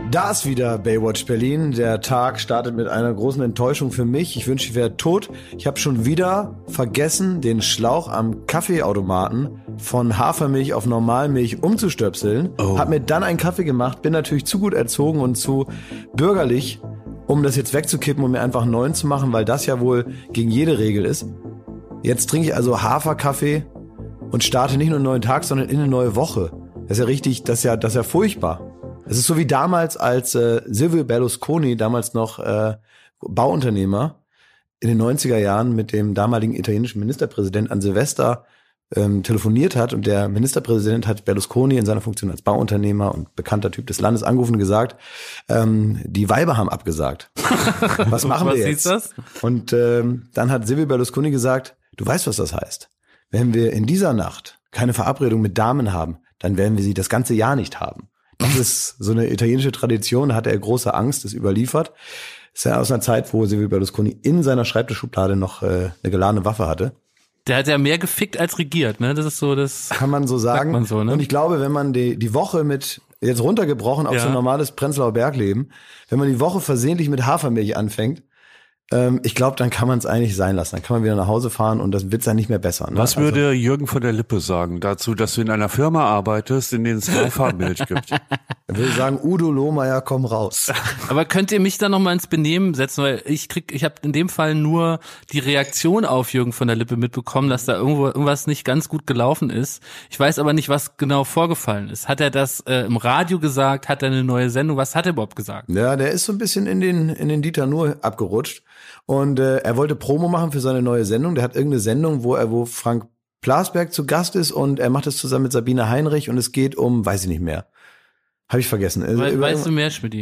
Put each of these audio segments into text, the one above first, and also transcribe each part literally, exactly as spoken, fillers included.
Da ist wieder Baywatch Berlin. Der Tag startet mit einer großen Enttäuschung für mich. Ich wünschte, ich wäre tot. Ich habe schon wieder vergessen, den Schlauch am Kaffeeautomaten von Hafermilch auf Normalmilch umzustöpseln. Oh. Hab mir dann einen Kaffee gemacht, bin natürlich zu gut erzogen und zu bürgerlich, um das jetzt wegzukippen und mir einfach einen neuen zu machen, weil das ja wohl gegen jede Regel ist. Jetzt trinke ich also Haferkaffee und starte nicht nur einen neuen Tag, sondern in eine neue Woche. Das ist ja richtig, das ist ja, das ist ja furchtbar. Es ist so wie damals, als äh, Silvio Berlusconi, damals noch äh, Bauunternehmer, in den neunziger Jahren mit dem damaligen italienischen Ministerpräsident an Silvester ähm, telefoniert hat. Und der Ministerpräsident hat Berlusconi in seiner Funktion als Bauunternehmer und bekannter Typ des Landes angerufen und gesagt, ähm, die Weiber haben abgesagt. Was machen wir was jetzt? Hieß das? Und ähm, dann hat Silvio Berlusconi gesagt, du weißt, was das heißt. Wenn wir in dieser Nacht keine Verabredung mit Damen haben, dann werden wir sie das ganze Jahr nicht haben. Das ist so eine italienische Tradition, da hatte er große Angst, ist überliefert. Das ist ja aus einer Zeit, wo Silvio Berlusconi in seiner Schreibtischschublade noch äh, eine geladene Waffe hatte. Der hat ja mehr gefickt als regiert, ne? Das ist so das. Kann man so sagen. Sagt man so, ne? Und ich glaube, wenn man die, die Woche mit, jetzt runtergebrochen auf Ja. so ein normales Prenzlauer Bergleben, wenn man die Woche versehentlich mit Hafermilch anfängt, ähm, ich glaube, dann kann man es eigentlich sein lassen. Dann kann man wieder nach Hause fahren und das wird dann nicht mehr besser. Ne? Was Also, würde Jürgen von der Lippe sagen dazu, dass du in einer Firma arbeitest, in der es Hafermilch gibt? er würde sagen, Udo Lohmeier, komm raus. Aber könnt ihr mich da noch mal ins Benehmen setzen, weil ich krieg, ich habe in dem Fall nur die Reaktion auf Jürgen von der Lippe mitbekommen, dass da irgendwo irgendwas nicht ganz gut gelaufen ist. Ich weiß aber nicht, was genau vorgefallen ist. Hat er das äh, im Radio gesagt? Hat er eine neue Sendung? Was hat er überhaupt gesagt? Ja, der ist so ein bisschen in den in den Dieter Nuhr abgerutscht und äh, er wollte Promo machen für seine neue Sendung. Der hat irgendeine Sendung, wo er wo Frank Plasberg zu Gast ist und er macht es zusammen mit Sabine Heinrich und es geht um, weiß ich nicht mehr. Habe ich vergessen. Also We- über- weißt du mehr, Schmidti?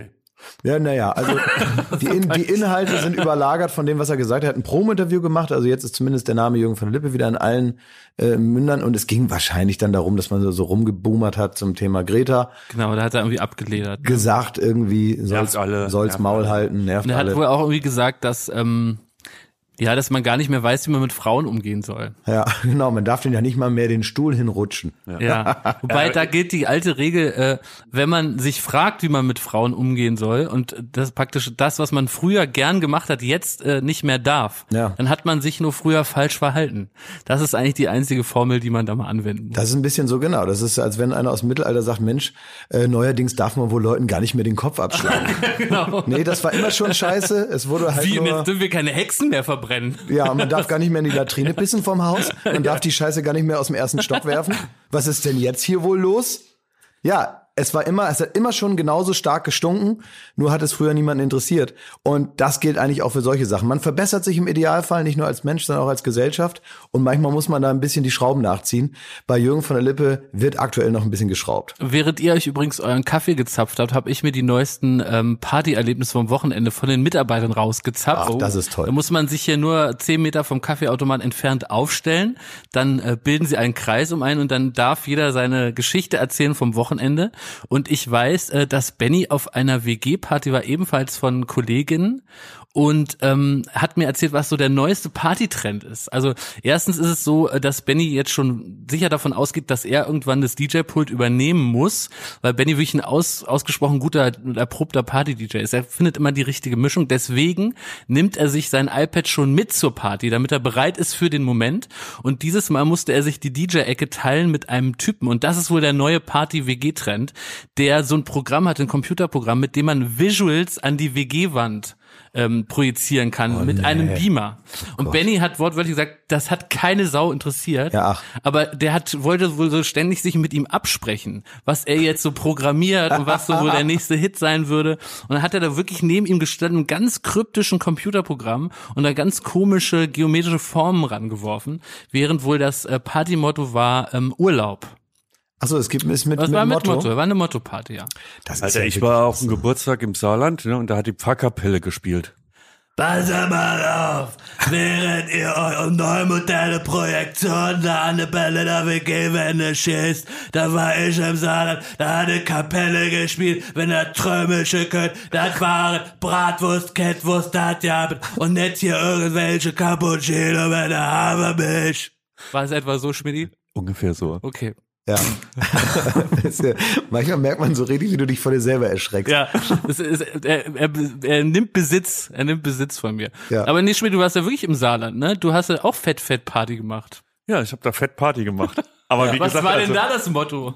Ja, naja, also die, In, die Inhalte sind überlagert von dem, was er gesagt hat. Er hat ein Promo-Interview gemacht, also jetzt ist zumindest der Name Jürgen von der Lippe wieder in allen äh, Mündern und es ging wahrscheinlich dann darum, dass man so, so rumgeboomert hat zum Thema Greta. Genau, da hat er irgendwie abgeledert. Ne? Gesagt irgendwie, soll's, Nervt alle, soll's nervt Maul alle. halten, nervt Und er hat alle. wohl auch irgendwie gesagt, dass ähm, ja, dass man gar nicht mehr weiß, wie man mit Frauen umgehen soll. Ja, genau, man darf den ja nicht mal mehr den Stuhl hinrutschen. Ja, wobei da gilt die alte Regel, äh, wenn man sich fragt, wie man mit Frauen umgehen soll und das praktisch das, was man früher gern gemacht hat, jetzt äh, nicht mehr darf, Ja. dann hat man sich nur früher falsch verhalten. Das ist eigentlich die einzige Formel, die man da mal anwenden muss. Das ist ein bisschen so genau. Das ist, als wenn einer aus dem Mittelalter sagt, Mensch, äh, neuerdings darf man wohl Leuten gar nicht mehr den Kopf abschlagen. Genau. Nee, das war immer schon scheiße. Es wurde halt Wie, nur... jetzt dürfen wir keine Hexen mehr verbrennen. Ja, man darf gar nicht mehr in die Latrine pissen vom Haus. Man darf die Scheiße gar nicht mehr aus dem ersten Stock werfen. Was ist denn jetzt hier wohl los? Ja, es war immer, es hat immer schon genauso stark gestunken, nur hat es früher niemanden interessiert. Und das gilt eigentlich auch für solche Sachen. Man verbessert sich im Idealfall nicht nur als Mensch, sondern auch als Gesellschaft. Und manchmal muss man da ein bisschen die Schrauben nachziehen. Bei Jürgen von der Lippe wird aktuell noch ein bisschen geschraubt. Während ihr euch übrigens euren Kaffee gezapft habt, habe ich mir die neuesten ähm, Partyerlebnisse vom Wochenende von den Mitarbeitern rausgezapft. Ach, das ist toll. Da muss man sich hier nur zehn Meter vom Kaffeeautomat entfernt aufstellen. Dann äh, bilden sie einen Kreis um einen und dann darf jeder seine Geschichte erzählen vom Wochenende. Und ich weiß, äh, dass Benny auf einer W G-Party war, ebenfalls von Kolleginnen. Und ähm, hat mir erzählt, was so der neueste Partytrend ist. Also erstens ist es so, dass Benny jetzt schon sicher davon ausgeht, dass er irgendwann das D J-Pult übernehmen muss, weil Benny wirklich ein aus, ausgesprochen guter und erprobter Party-D J ist. Er findet immer die richtige Mischung. Deswegen nimmt er sich sein iPad schon mit zur Party, damit er bereit ist für den Moment. Und dieses Mal musste er sich die D J-Ecke teilen mit einem Typen. Und das ist wohl der neue Party-W G-Trend, der so ein Programm hat, ein Computerprogramm, mit dem man Visuals an die W G-Wand ähm, projizieren kann Oh, mit nee. einem Beamer. Und Gott. Benny hat wortwörtlich gesagt, das hat keine Sau interessiert. Ja, ach. Aber der hat wollte wohl so ständig sich mit ihm absprechen, was er jetzt so programmiert und was so wohl der nächste Hit sein würde. Und dann hat er da wirklich neben ihm gestanden, einen ganz kryptischen Computerprogramm und da ganz komische geometrische Formen rangeworfen, während wohl das äh, Partymotto war ähm, Urlaub. Achso, es gibt es mit, Das mit war mit Motto. Motto, war eine Motto-Party, ja. Das ist Alter, ja ich wirklich war auf krass. einem Geburtstag im Saarland, ne, und da hat die Pfarrkapelle gespielt. Pass mal auf, während ihr eure neumoderne Projektion da an der Bälle der W G-Wände schießt, da war ich im Saarland, da hat eine Kapelle gespielt, wenn er Trömische könnt, das waren Bratwurst, Kettwurst, das ja, und nicht hier irgendwelche Cappuccino mit der Hafermilch. War es etwa so, Schmidti? Ungefähr so. Okay. Ja. Das ist ja. Manchmal merkt man so richtig, wie du dich vor dir selber erschreckst. Ja, das ist, er, er, er nimmt Besitz, er nimmt Besitz von mir. Ja. Aber nee, Schmidt, du warst ja wirklich im Saarland, ne? Du hast ja auch Fett-Fett-Party gemacht. Ja, ich habe da Fettparty gemacht. Aber Ja, wie was gesagt, war denn also, da das Motto?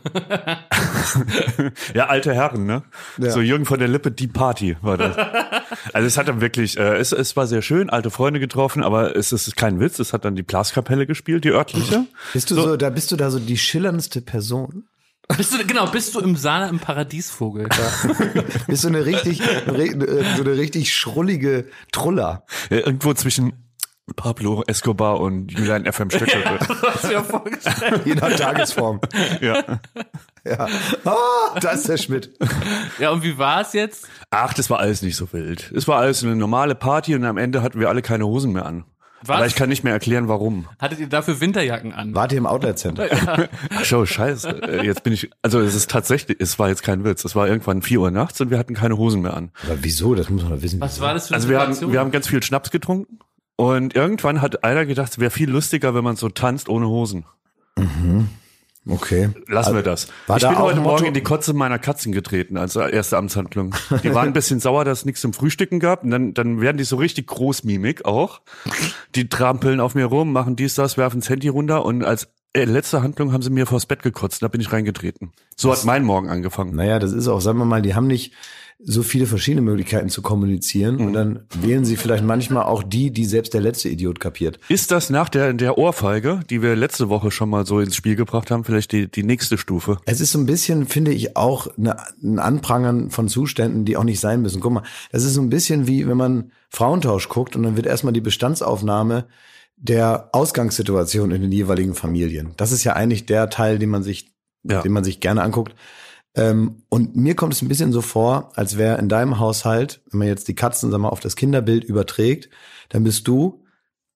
ja, alte Herren, ne? Ja. So Jürgen von der Lippe, die Party war das. Also es hat dann wirklich, äh, es, es war sehr schön, alte Freunde getroffen, aber es ist kein Witz, es hat dann die Blaskapelle gespielt, die örtliche. Bist du so, so da bist du da so die schillerndste Person? Bist du, genau, bist du im Saarland im Paradiesvogel? Ja. Bist du eine richtig, so eine richtig schrullige Truller? Ja, irgendwo zwischen Pablo Escobar und Julian F M Stöckel. Ja, das hast du ja vorgestellt. Je nach Tagesform. Ja. Ja. Ah, da ist der Schmidt. Ja, und wie war es jetzt? Ach, das war alles nicht so wild. Es war alles eine normale Party und am Ende hatten wir alle keine Hosen mehr an. Was? Aber ich kann nicht mehr erklären, warum. Hattet ihr dafür Winterjacken an? Wart ihr im Outlet-Center? Ach so, scheiße. Jetzt bin ich, also es ist tatsächlich, es war jetzt kein Witz. Es war irgendwann vier Uhr nachts und wir hatten keine Hosen mehr an. Aber wieso? Das muss man doch wissen. Was war das für eine Also wir Situation? haben, wir haben ganz viel Schnaps getrunken und irgendwann hat einer gedacht, es wäre viel lustiger, wenn man so tanzt ohne Hosen. Mhm. Okay. Lassen Also, wir das. war Ich da bin auch heute ein Morgen Motto- in die Kotze meiner Katzen getreten, als erste Amtshandlung. Die waren ein bisschen sauer, dass es nichts zum Frühstücken gab. Und dann, dann werden die so richtig Großmimik auch. Die trampeln auf mir rum, machen dies, das, werfen das Handy runter. Und als äh, letzte Handlung haben sie mir vors Bett gekotzt. Da bin ich reingetreten. So hat mein Morgen angefangen. Naja, das ist auch, sagen wir mal, die haben nicht so viele verschiedene Möglichkeiten zu kommunizieren und dann wählen sie vielleicht manchmal auch die, die selbst der letzte Idiot kapiert. Ist das nach der, der Ohrfeige, die wir letzte Woche schon mal so ins Spiel gebracht haben, vielleicht die, die nächste Stufe? Es ist so ein bisschen, finde ich, auch eine, ein Anprangern von Zuständen, die auch nicht sein müssen. Guck mal, das ist so ein bisschen wie, wenn man Frauentausch guckt und dann wird erstmal die Bestandsaufnahme der Ausgangssituation in den jeweiligen Familien. Das ist ja eigentlich der Teil, den man sich, Ja. den man sich gerne anguckt. Ähm, und mir kommt es ein bisschen so vor, als wäre in deinem Haushalt, wenn man jetzt die Katzen, sag mal, auf das Kinderbild überträgt, dann bist du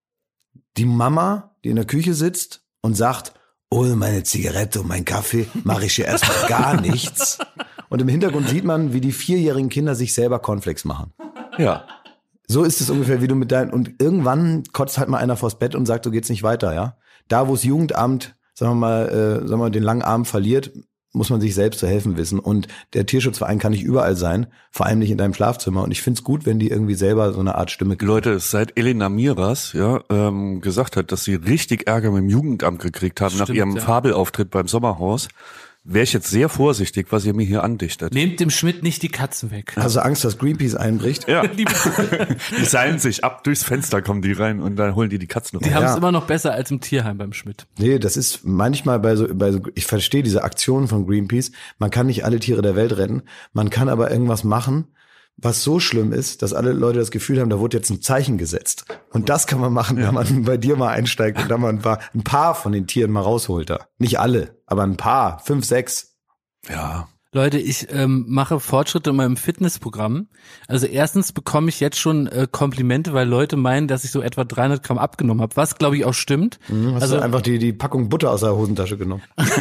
die Mama, die in der Küche sitzt und sagt, ohne meine Zigarette und mein Kaffee mache ich hier erstmal gar nichts. Und im Hintergrund sieht man, wie die vierjährigen Kinder sich selber Cornflakes machen. Ja. So ist es ungefähr, wie du mit deinen, und irgendwann kotzt halt mal einer vors Bett und sagt, du geht's nicht weiter, ja. Da, wo das Jugendamt, sagen wir mal, äh, sagen wir mal, den langen Arm verliert, muss man sich selbst zu helfen wissen. Und der Tierschutzverein kann nicht überall sein, vor allem nicht in deinem Schlafzimmer. Und ich find's gut, wenn die irgendwie selber so eine Art Stimme kriegen. Leute, seit Elena Miras ja ähm, gesagt hat, dass sie richtig Ärger mit dem Jugendamt gekriegt haben nach Stimmt, ihrem ja. Fabelauftritt beim Sommerhaus, wäre ich jetzt sehr vorsichtig, was ihr mir hier andichtet. Nehmt dem Schmidt nicht die Katzen weg. Also Angst, dass Greenpeace einbricht? Ja, Die, die seilen sich ab, durchs Fenster kommen die rein und dann holen die die Katzen die raus. haben es Ja. immer noch besser als im Tierheim beim Schmidt. Nee, das ist manchmal bei so, bei so, ich verstehe diese Aktionen von Greenpeace. Man kann nicht alle Tiere der Welt retten. Man kann aber irgendwas machen, was so schlimm ist, dass alle Leute das Gefühl haben, da wurde jetzt ein Zeichen gesetzt. Und das kann man machen, wenn man bei dir mal einsteigt und dann mal ein paar, ein paar von den Tieren mal rausholt da. Nicht alle, aber ein paar, fünf, sechs. Ja. Leute, ich ähm, mache Fortschritte in meinem Fitnessprogramm. Also erstens bekomme ich jetzt schon äh, Komplimente, weil Leute meinen, dass ich so etwa dreihundert Gramm abgenommen habe, was glaube ich auch stimmt. Mhm, hast also du einfach die, die Packung Butter aus der Hosentasche genommen.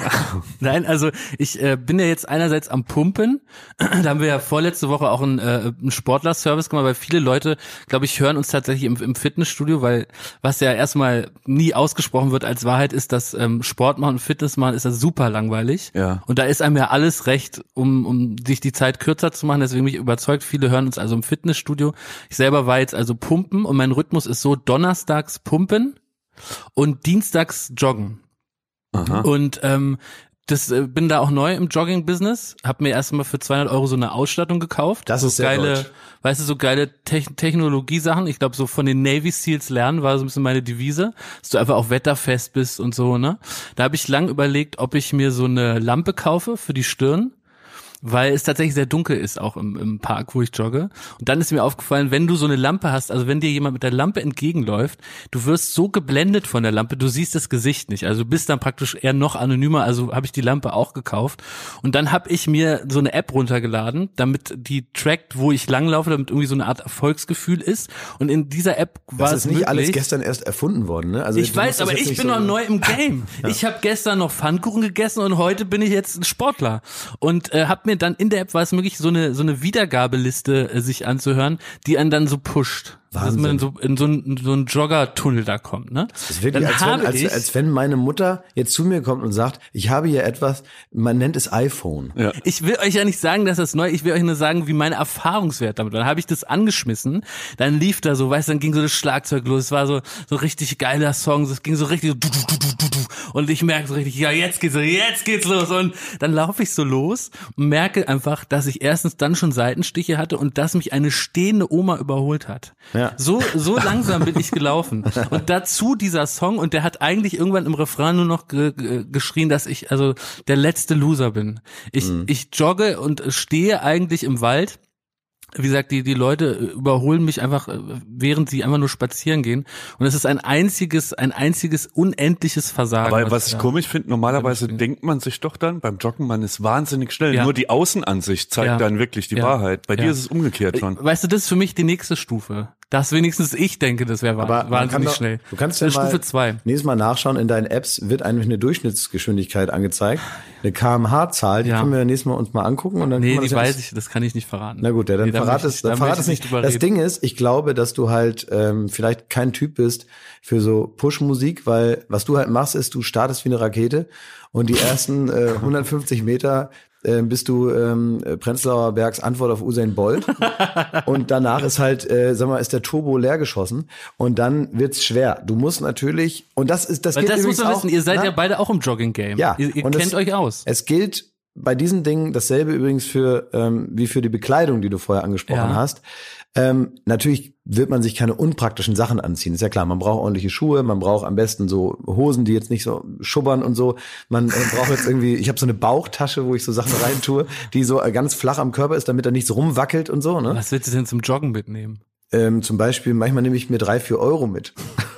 Nein, also ich äh, bin ja jetzt einerseits am Pumpen. Da haben wir ja vorletzte Woche auch einen, äh, einen Sportler-Service gemacht, weil viele Leute, glaube ich, hören uns tatsächlich im, im Fitnessstudio, weil was ja erstmal nie ausgesprochen wird als Wahrheit ist, dass ähm, Sport machen und Fitness machen ist das super langweilig. Ja. Und da ist einem ja alles recht, um, um sich die Zeit kürzer zu machen. Deswegen bin ich überzeugt, viele hören uns also im Fitnessstudio. Ich selber war jetzt also pumpen und mein Rhythmus ist so donnerstags pumpen und dienstags joggen. Aha. Und ähm, das äh, bin da auch neu im Jogging-Business. Hab mir erstmal für zweihundert Euro so eine Ausstattung gekauft. Das so ist sehr geile, deutsch. weißt du, so geile Te- Technologiesachen. Ich glaube, so von den Navy Seals lernen war so ein bisschen meine Devise, dass du einfach auch wetterfest bist und so, ne? Da habe ich lang überlegt, ob ich mir so eine Lampe kaufe für die Stirn, weil es tatsächlich sehr dunkel ist, auch im, im Park, wo ich jogge. Und dann ist mir aufgefallen, wenn du so eine Lampe hast, also wenn dir jemand mit der Lampe entgegenläuft, du wirst so geblendet von der Lampe, du siehst das Gesicht nicht. Also du bist dann praktisch eher noch anonymer, also habe ich die Lampe auch gekauft. Und dann habe ich mir so eine App runtergeladen, damit die trackt, wo ich langlaufe, damit irgendwie so eine Art Erfolgsgefühl ist. Und in dieser App war Das es ist nicht möglich, alles gestern erst erfunden worden, ne? Also ich du weiß, musst das aber jetzt ich nicht bin so- noch neu im Game. Ich habe gestern noch Pfannkuchen gegessen und heute bin ich jetzt ein Sportler. Und äh, habe mir dann in der App war es möglich, so eine so eine Wiedergabeliste äh, sich anzuhören, die einen dann so pusht. dass man in so, in so einen so einen Joggertunnel da kommt, ne? Das ist wirklich, Dann als wenn, habe als, ich, als wenn meine Mutter jetzt zu mir kommt und sagt, ich habe hier etwas, man nennt es iPhone. Ja. Ich will euch ja nicht sagen, dass das neu, ich will euch nur sagen, wie meine Erfahrungswerte damit. Dann habe ich das angeschmissen, dann lief da so, weißt du, dann ging so das Schlagzeug los, es war so so richtig geiler Song, es ging so richtig so du, du, du, du, du, du. Und ich merke so richtig, ja, jetzt geht's, jetzt geht's los. Und dann laufe ich so los und merke einfach, dass ich erstens dann schon Seitenstiche hatte und dass mich eine stehende Oma überholt hat. Ja. So, so langsam bin ich gelaufen. Und dazu dieser Song, und der hat eigentlich irgendwann im Refrain nur noch ge ge geschrien, dass ich also der letzte Loser bin. Ich, mhm. ich jogge und stehe eigentlich im Wald. Wie gesagt, die die Leute überholen mich einfach, während sie einfach nur spazieren gehen. Und es ist ein einziges, ein einziges unendliches Versagen. Aber was, was ich da komisch finde, normalerweise denkt man sich doch dann beim Joggen, man ist wahnsinnig schnell. Ja. Nur die Außenansicht zeigt Ja. dann wirklich die Ja. Wahrheit. Bei Ja. dir ist es umgekehrt schon. Weißt du, das ist für mich die nächste Stufe. Das wenigstens ich denke, das wäre Aber man kann wahnsinnig doch, schnell. Du kannst ja Das ist mal Stufe zwei. nächstes Mal nachschauen, in deinen Apps wird eigentlich eine Durchschnittsgeschwindigkeit angezeigt, eine Kilometer pro Stunde Zahl, die Ja. können wir nächstes Mal uns mal angucken und dann Nee, können wir die das weiß ich, das kann ich nicht verraten. Na gut, ja, dann Nee, da verrat möchte es, ich- dann da verrat möchte es ich nicht. drüber Das reden. Ding ist, ich glaube, dass du halt ähm, vielleicht kein Typ bist für so Push-Musik, weil was du halt machst, ist, du startest wie eine Rakete und die ersten äh, hundertfünfzig Meter äh, bist du ähm, Prenzlauer Bergs Antwort auf Usain Bolt und danach ist halt, äh, sag mal, ist der Turbo leer geschossen und dann wird's schwer. Du musst natürlich, und das ist, das Weil gilt das muss übrigens man auch, wissen, ihr seid na, ja beide auch im Jogging-Game. Ja, Ihr, ihr und kennt es, euch aus. Es gilt bei diesen Dingen dasselbe übrigens für ähm, wie für die Bekleidung, die du vorher angesprochen Ja. hast. Ähm, natürlich wird man sich keine unpraktischen Sachen anziehen. Ist ja klar, man braucht ordentliche Schuhe, man braucht am besten so Hosen, die jetzt nicht so schubbern und so. Man äh, braucht jetzt irgendwie, ich habe so eine Bauchtasche, wo ich so Sachen reintue, die so äh, ganz flach am Körper ist, damit er nicht so rumwackelt und so. Ne? Was willst du denn zum Joggen mitnehmen? Ähm, zum Beispiel, manchmal nehme ich mir drei, vier Euro mit.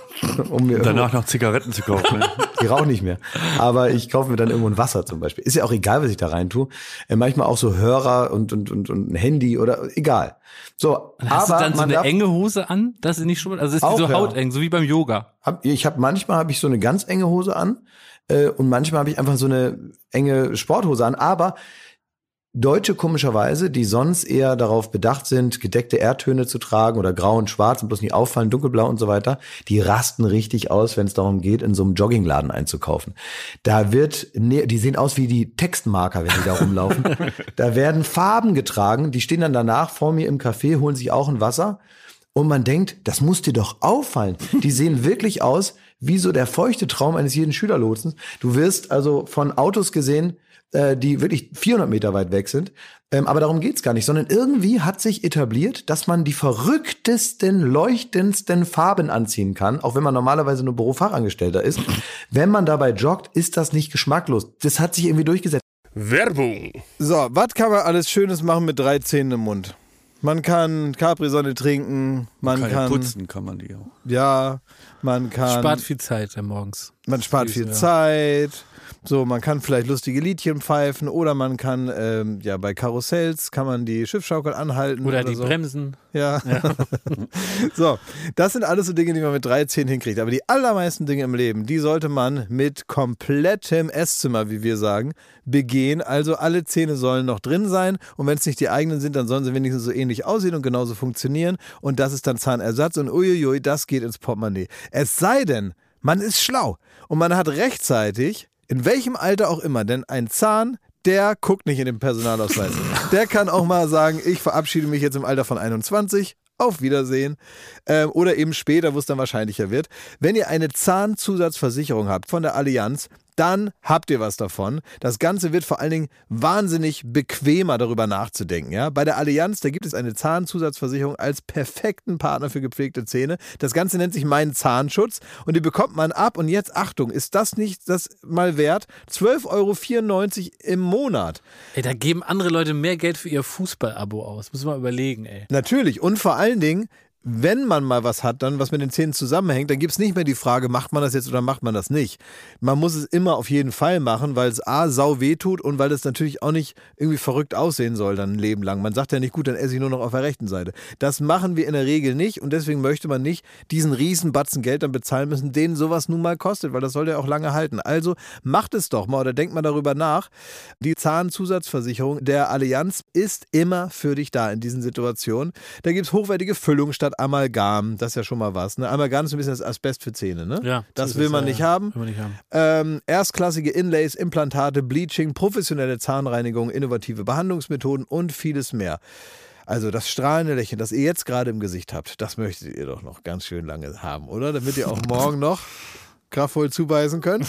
um mir Danach noch Zigaretten zu kaufen. Ne? Ich rauche nicht mehr. Aber ich kaufe mir dann irgendwo ein Wasser zum Beispiel. Ist ja auch egal, was ich da rein tue. Äh, manchmal auch so Hörer und, und, und, und ein Handy oder egal. So, Hast aber du dann so man eine darf, enge Hose an, dass sie nicht schubbert? Also ist die Auch, so ja. hauteng, so wie beim Yoga. hab, ich habe manchmal habe ich so eine ganz enge Hose an äh, und manchmal habe ich einfach so eine enge Sporthose an. Aber Deutsche komischerweise, die sonst eher darauf bedacht sind, gedeckte Erdtöne zu tragen oder grau und schwarz und bloß nicht auffallen, dunkelblau und so weiter, die rasten richtig aus, wenn es darum geht, in so einem Joggingladen einzukaufen. Da wird, ne, die sehen aus wie die Textmarker, wenn die da rumlaufen. Da werden Farben getragen, die stehen dann danach vor mir im Café, holen sich auch ein Wasser und man denkt, das muss dir doch auffallen. Die sehen wirklich aus wie so der feuchte Traum eines jeden Schülerlotsens. Du wirst also von Autos gesehen, die wirklich vierhundert Meter weit weg sind. Aber darum geht's gar nicht, sondern irgendwie hat sich etabliert, dass man die verrücktesten, leuchtendsten Farben anziehen kann, auch wenn man normalerweise nur Bürofachangestellter ist. Wenn man dabei joggt, ist das nicht geschmacklos. Das hat sich irgendwie durchgesetzt. Werbung. So, was kann man alles Schönes machen mit drei Zähnen im Mund? Man kann Capri-Sonne trinken, man Kann ja kann, putzen, kann man die auch. ja, man kann, Spart viel Zeit ja, morgens. man spart viel ja. Zeit. So, man kann vielleicht lustige Liedchen pfeifen oder man kann, ähm, ja, bei Karussells kann man die Schiffschaukel anhalten. Oder die so. Bremsen. Ja. So, das sind alles so Dinge, die man mit drei Zähnen hinkriegt. Aber die allermeisten Dinge im Leben, die sollte man mit komplettem Esszimmer, wie wir sagen, begehen. Also alle Zähne sollen noch drin sein. Und wenn es nicht die eigenen sind, dann sollen sie wenigstens so ähnlich aussehen und genauso funktionieren. Und das ist dann Zahnersatz. Und uiuiui, das geht ins Portemonnaie. Es sei denn, man ist schlau. Und man hat rechtzeitig, in welchem Alter auch immer, denn ein Zahn, der guckt nicht in den Personalausweis. Der kann auch mal sagen, ich verabschiede mich jetzt im Alter von einundzwanzig. Auf Wiedersehen. Ähm, oder eben später, wo es dann wahrscheinlicher wird. Wenn ihr eine Zahnzusatzversicherung habt von der Allianz, dann habt ihr was davon. Das Ganze wird vor allen Dingen wahnsinnig bequemer, darüber nachzudenken. Ja? Bei der Allianz, da gibt es eine Zahnzusatzversicherung als perfekten Partner für gepflegte Zähne. Das Ganze nennt sich Mein Zahnschutz und die bekommt man ab. Und jetzt, Achtung, ist das nicht das mal wert? zwölf Euro vierundneunzig im Monat. Ey, da geben andere Leute mehr Geld für ihr Fußball-Abo aus. Muss man überlegen, ey. Natürlich. Und vor allen Dingen, wenn man mal was hat, dann was mit den Zähnen zusammenhängt, dann gibt es nicht mehr die Frage, macht man das jetzt oder macht man das nicht. Man muss es immer auf jeden Fall machen, weil es A, sau weh tut und weil es natürlich auch nicht irgendwie verrückt aussehen soll dann ein Leben lang. Man sagt ja nicht, gut, dann esse ich nur noch auf der rechten Seite. Das machen wir in der Regel nicht und deswegen möchte man nicht diesen riesen Batzen Geld dann bezahlen müssen, den sowas nun mal kostet, weil das soll ja auch lange halten. Also macht es doch mal oder denkt mal darüber nach. Die Zahnzusatzversicherung der Allianz ist immer für dich da in diesen Situationen. Da gibt es hochwertige Füllung statt Amalgam, das ist ja schon mal was. Ne? Amalgam ist ein bisschen das Asbest für Zähne, ne? Ja, das so will ist man es, nicht ja. haben. Will man nicht haben. Ähm, erstklassige Inlays, Implantate, Bleaching, professionelle Zahnreinigung, innovative Behandlungsmethoden und vieles mehr. Also das strahlende Lächeln, das ihr jetzt gerade im Gesicht habt, das möchtet ihr doch noch ganz schön lange haben, oder? Damit ihr auch morgen noch kraftvoll zubeißen könnt.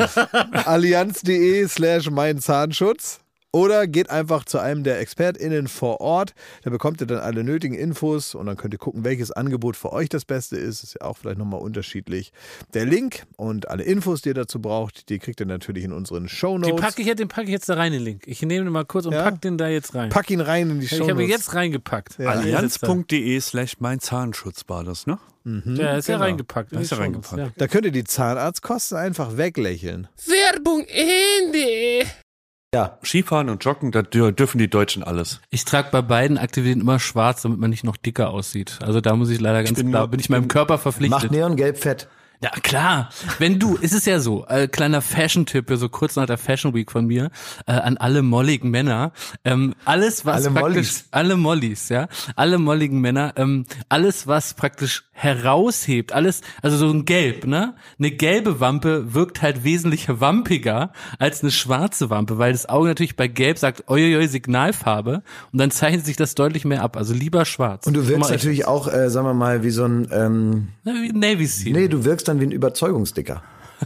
Allianz.de slash mein Zahnschutz. Oder geht einfach zu einem der ExpertInnen vor Ort. Da bekommt ihr dann alle nötigen Infos und dann könnt ihr gucken, welches Angebot für euch das Beste ist. Ist ja auch vielleicht nochmal unterschiedlich. Der Link und alle Infos, die ihr dazu braucht, die kriegt ihr natürlich in unseren Shownotes. Den packe ich, den packe ich jetzt da rein, den Link. Ich nehme den mal kurz und Ja? pack den da jetzt rein. Pack ihn rein in die Shownotes. Ich habe ihn jetzt reingepackt. Ja. Allianz.de slash mein Zahnschutz war das, ne? Mhm, Ja, ist ja genau. reingepackt. Da ist ja schon reingepackt. was, ja. Da könnt ihr die Zahnarztkosten einfach weglächeln. Werbung Ende. Ja, Skifahren und Joggen, da dür- dürfen die Deutschen alles. Ich trage bei beiden Aktivitäten immer schwarz, damit man nicht noch dicker aussieht. Also da muss ich leider ganz bin klar, nur- bin ich meinem Körper verpflichtet. macht Neongelb fett. Ja, klar. Wenn du, ist es ja so, äh, kleiner Fashion-Tipp, so kurz nach der Fashion Week von mir, äh, an alle molligen Männer, ähm, alles was Alle praktisch, Mollis. alle Mollis, ja, alle molligen Männer, ähm, alles was praktisch heraushebt, alles, also so ein Gelb, ne? Eine gelbe Wampe wirkt halt wesentlich wampiger als eine schwarze Wampe, weil das Auge natürlich bei Gelb sagt, oi, Signalfarbe und dann zeichnet sich das deutlich mehr ab, also lieber schwarz. Und du Guck wirkst mal, ich- natürlich auch, äh, sagen wir mal, wie so ein, ähm, Na, wie ein Navy Seal. nee, du wirkst dann wie ein Überzeugungsdicker.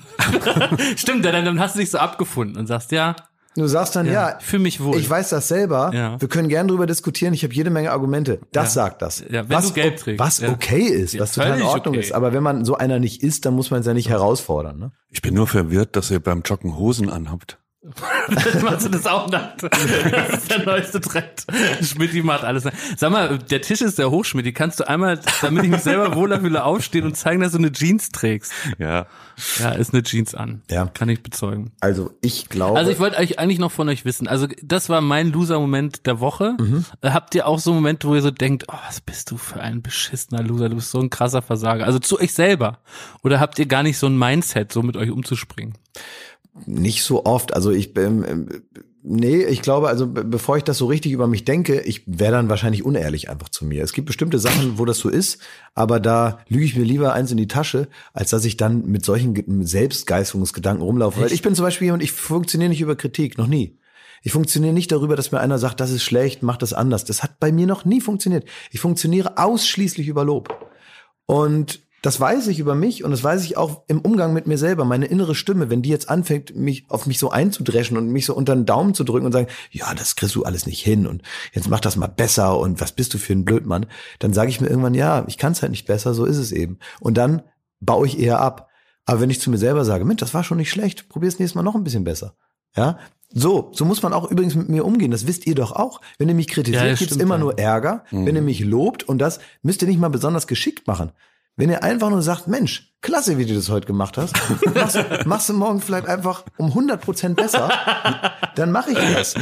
Stimmt, dann, dann hast du dich so abgefunden und sagst, ja, Du sagst dann, ja, für mich wohl. ich weiß das selber, Ja. wir können gerne drüber diskutieren, ich habe jede Menge Argumente. Das Ja. sagt das. Ja, wenn was, du gelb trägst, was ja. okay ist, Ja, was total in völlig Ordnung okay. ist. Aber wenn man so einer nicht ist, dann muss man es ja nicht herausfordern. Ne? Ich bin nur verwirrt, dass ihr beim Joggen Hosen anhabt. Machst du das auch nach? Das ist der neueste Trend. Schmidti macht alles. Sag mal, der Tisch ist sehr hoch, Schmidti. Kannst du einmal, damit ich mich selber wohler fühle, aufstehen und zeigen, dass du eine Jeans trägst? Ja. Ja, ist eine Jeans an. Ja. Kann ich bezeugen. Also ich glaube... Also ich wollte euch eigentlich noch von euch wissen. Also das war mein Loser-Moment der Woche. Mhm. Äh, Habt ihr auch so Momente, wo ihr so denkt, oh, was bist du für ein beschissener Loser? Du bist so ein krasser Versager. Also zu euch selber. Oder habt ihr gar nicht so ein Mindset, so mit euch umzuspringen? Nicht so oft. Also ich ähm, nee, ich glaube, also be- bevor ich das so richtig über mich denke, ich wäre dann wahrscheinlich unehrlich einfach zu mir. Es gibt bestimmte Sachen, wo das so ist, aber da lüge ich mir lieber eins in die Tasche, als dass ich dann mit solchen Ge- Selbstgeißelungsgedanken rumlaufe. Weil ich bin zum Beispiel jemand, ich funktioniere nicht über Kritik, noch nie. Ich funktioniere nicht darüber, dass mir einer sagt, das ist schlecht, mach das anders. Das hat bei mir noch nie funktioniert. Ich funktioniere ausschließlich über Lob. Und das weiß ich über mich und das weiß ich auch im Umgang mit mir selber. Meine innere Stimme, wenn die jetzt anfängt, mich auf mich so einzudreschen und mich so unter den Daumen zu drücken und sagen, ja, das kriegst du alles nicht hin und jetzt mach das mal besser und was bist du für ein Blödmann, dann sage ich mir irgendwann, ja, ich kann es halt nicht besser, so ist es eben. Und dann baue ich eher ab. Aber wenn ich zu mir selber sage, Mensch, das war schon nicht schlecht, probier's nächstes Mal noch ein bisschen besser. Ja, so, so muss man auch übrigens mit mir umgehen. Das wisst ihr doch auch. Wenn ihr mich kritisiert, Ja, das gibt's stimmt, immer ja. nur Ärger. Wenn ihr mich lobt und das müsst ihr nicht mal besonders geschickt machen. Wenn ihr einfach nur sagt, Mensch, klasse, wie du das heute gemacht hast, machst, machst du morgen vielleicht einfach um hundert Prozent besser, dann mache ich das.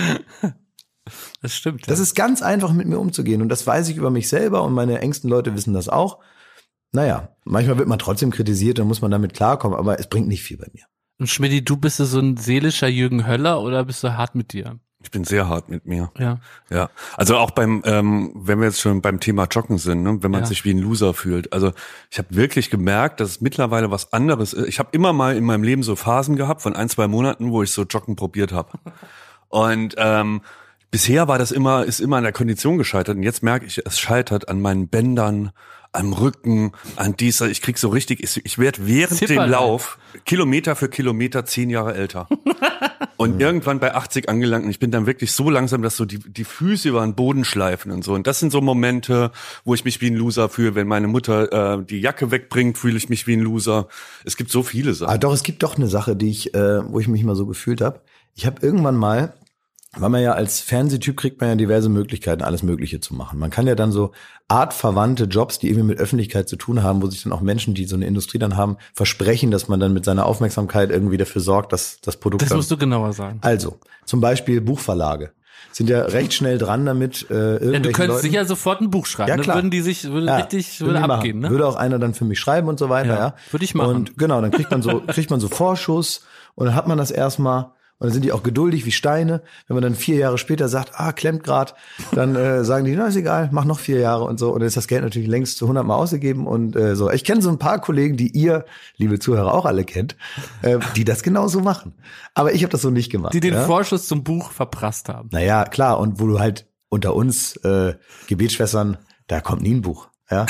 Das stimmt. Das ist ganz einfach, mit mir umzugehen. Und das weiß ich über mich selber und meine engsten Leute wissen das auch. Naja, manchmal wird man trotzdem kritisiert, dann muss man damit klarkommen, aber es bringt nicht viel bei mir. Und Schmidti, du bist du so ein seelischer Jürgen Höller oder bist du hart mit dir? Ich bin sehr hart mit mir. Ja. Ja, also auch beim, ähm, wenn wir jetzt schon beim Thema Joggen sind, ne, wenn man Ja. sich wie ein Loser fühlt. Also ich habe wirklich gemerkt, dass es mittlerweile was anderes ist. Ich habe immer mal in meinem Leben so Phasen gehabt von ein, zwei Monaten, wo ich so Joggen probiert habe. Und ähm, bisher war das immer, ist immer an der Kondition gescheitert. Und jetzt merke ich, es scheitert an meinen Bändern, am Rücken, an dieser. Ich krieg so richtig, ich, ich werde während Zipperlein. dem Lauf Kilometer für Kilometer zehn Jahre älter. Und irgendwann bei achtzig angelangt und ich bin dann wirklich so langsam, dass so die, die Füße über den Boden schleifen und so. Und das sind so Momente, wo ich mich wie ein Loser fühle. Wenn meine Mutter äh, die Jacke wegbringt, fühle ich mich wie ein Loser. Es gibt so viele Sachen. Aber doch, es gibt doch eine Sache, die ich, äh, wo ich mich mal so gefühlt habe. Ich habe irgendwann mal, weil man ja als Fernsehtyp kriegt man ja diverse Möglichkeiten, alles Mögliche zu machen. Man kann ja dann so artverwandte Jobs, die irgendwie mit Öffentlichkeit zu tun haben, wo sich dann auch Menschen, die so eine Industrie dann haben, versprechen, dass man dann mit seiner Aufmerksamkeit irgendwie dafür sorgt, dass das Produkt Das dann... musst du genauer sagen. Also, zum Beispiel Buchverlage sind ja recht schnell dran damit, äh, irgendwelchen Ja, du könntest Leuten, sicher sofort ein Buch schreiben. Ja, Ne? klar. Würden die sich, würde Ja, richtig, würden würde die machen. abgehen, ne? Würde auch einer dann für mich schreiben und so weiter, Ja, ja. würde ich machen. Und genau, dann kriegt man so, kriegt man so Vorschuss und dann hat man das erstmal Und dann sind die auch geduldig wie Steine. Wenn man dann vier Jahre später sagt, ah, klemmt grad, dann äh, sagen die, na, ist egal, mach noch vier Jahre und so. Und dann ist das Geld natürlich längst zu hundert Mal ausgegeben und äh, so. Ich kenne so ein paar Kollegen, die ihr, liebe Zuhörer, auch alle kennt, äh, die das genauso machen. Aber ich habe das so nicht gemacht. Die den ja? Vorschuss zum Buch verprasst haben. Naja, klar. Und wo du halt unter uns äh, Gebetsschwestern, da kommt nie ein Buch. Ja,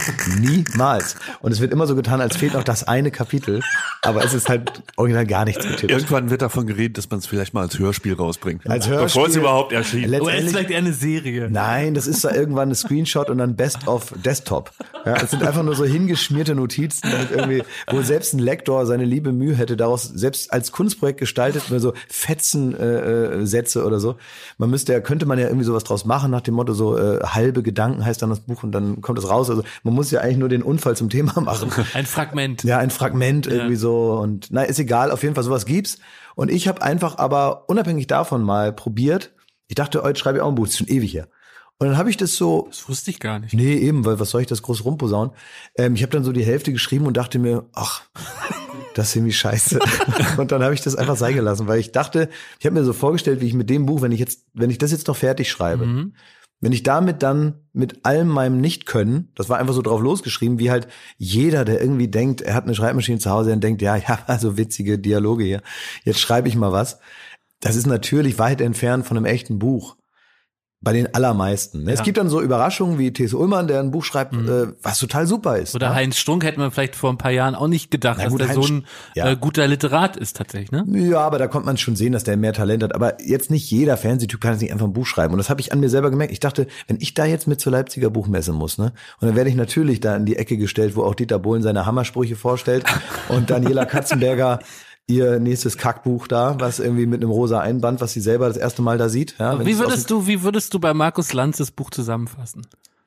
niemals. Und es wird immer so getan, als fehlt noch das eine Kapitel, aber es ist halt original gar nichts getippt. Irgendwann wird davon geredet, dass man es vielleicht mal als Hörspiel rausbringt. Als Hörspiel. Bevor es überhaupt erschien. Oder ist vielleicht eher eine Serie. Nein, das ist da irgendwann ein Screenshot und dann Best of Desktop. Ja, es sind einfach nur so hingeschmierte Notizen, mit irgendwie, wo selbst ein Lektor seine liebe Mühe hätte, daraus selbst als Kunstprojekt gestaltet, nur so Fetzen äh, Sätze oder so. Man müsste ja, könnte man ja irgendwie sowas draus machen, nach dem Motto so äh, halbe Gedanken heißt dann das Buch und dann kommt es raus. Also man muss ja eigentlich nur den Unfall zum Thema machen. Ein Fragment. Ja, ein Fragment irgendwie ja. so. Und na, ist egal, auf jeden Fall, sowas gibt's. Und ich habe einfach aber unabhängig davon mal probiert. Ich dachte, heute schreibe ich auch ein Buch, das ist schon ewig her. Und dann habe ich das so. Das wusste ich gar nicht. Nee, eben, weil was soll ich das groß rumposaunen? Ähm, ich habe dann so die Hälfte geschrieben und dachte mir, ach, das ist irgendwie scheiße. Und dann habe ich das einfach sein gelassen, weil ich dachte, ich habe mir so vorgestellt, wie ich mit dem Buch, wenn ich jetzt, wenn ich das jetzt noch fertig schreibe, mhm. wenn ich damit dann mit allem meinem Nicht-Können, das war einfach so drauf losgeschrieben, wie halt jeder, der irgendwie denkt, er hat eine Schreibmaschine zu Hause und denkt, ja, ja, also witzige Dialoge hier, jetzt schreibe ich mal was. Das ist natürlich weit entfernt von einem echten Buch. Bei den allermeisten. Ja. Es gibt dann so Überraschungen wie T S. Ullmann, der ein Buch schreibt, mhm. äh, was total super ist. Oder ja? Heinz Strunk hätte man vielleicht vor ein paar Jahren auch nicht gedacht, Na gut, dass der Heinz, so ein ja. äh, guter Literat ist tatsächlich, ne? Ja, aber da kommt man schon sehen, dass der mehr Talent hat. Aber jetzt nicht jeder Fernsehtyp kann jetzt nicht einfach ein Buch schreiben. Und das habe ich an mir selber gemerkt. Ich dachte, wenn ich da jetzt mit zur Leipziger Buchmesse muss, ne? Und dann werde ich natürlich da in die Ecke gestellt, wo auch Dieter Bohlen seine Hammersprüche vorstellt und Daniela Katzenberger ihr nächstes Kackbuch da, was irgendwie mit einem rosa Einband, was sie selber das erste Mal da sieht. Ja, wie würdest du, wie würdest du bei Markus Lanz das Buch zusammenfassen?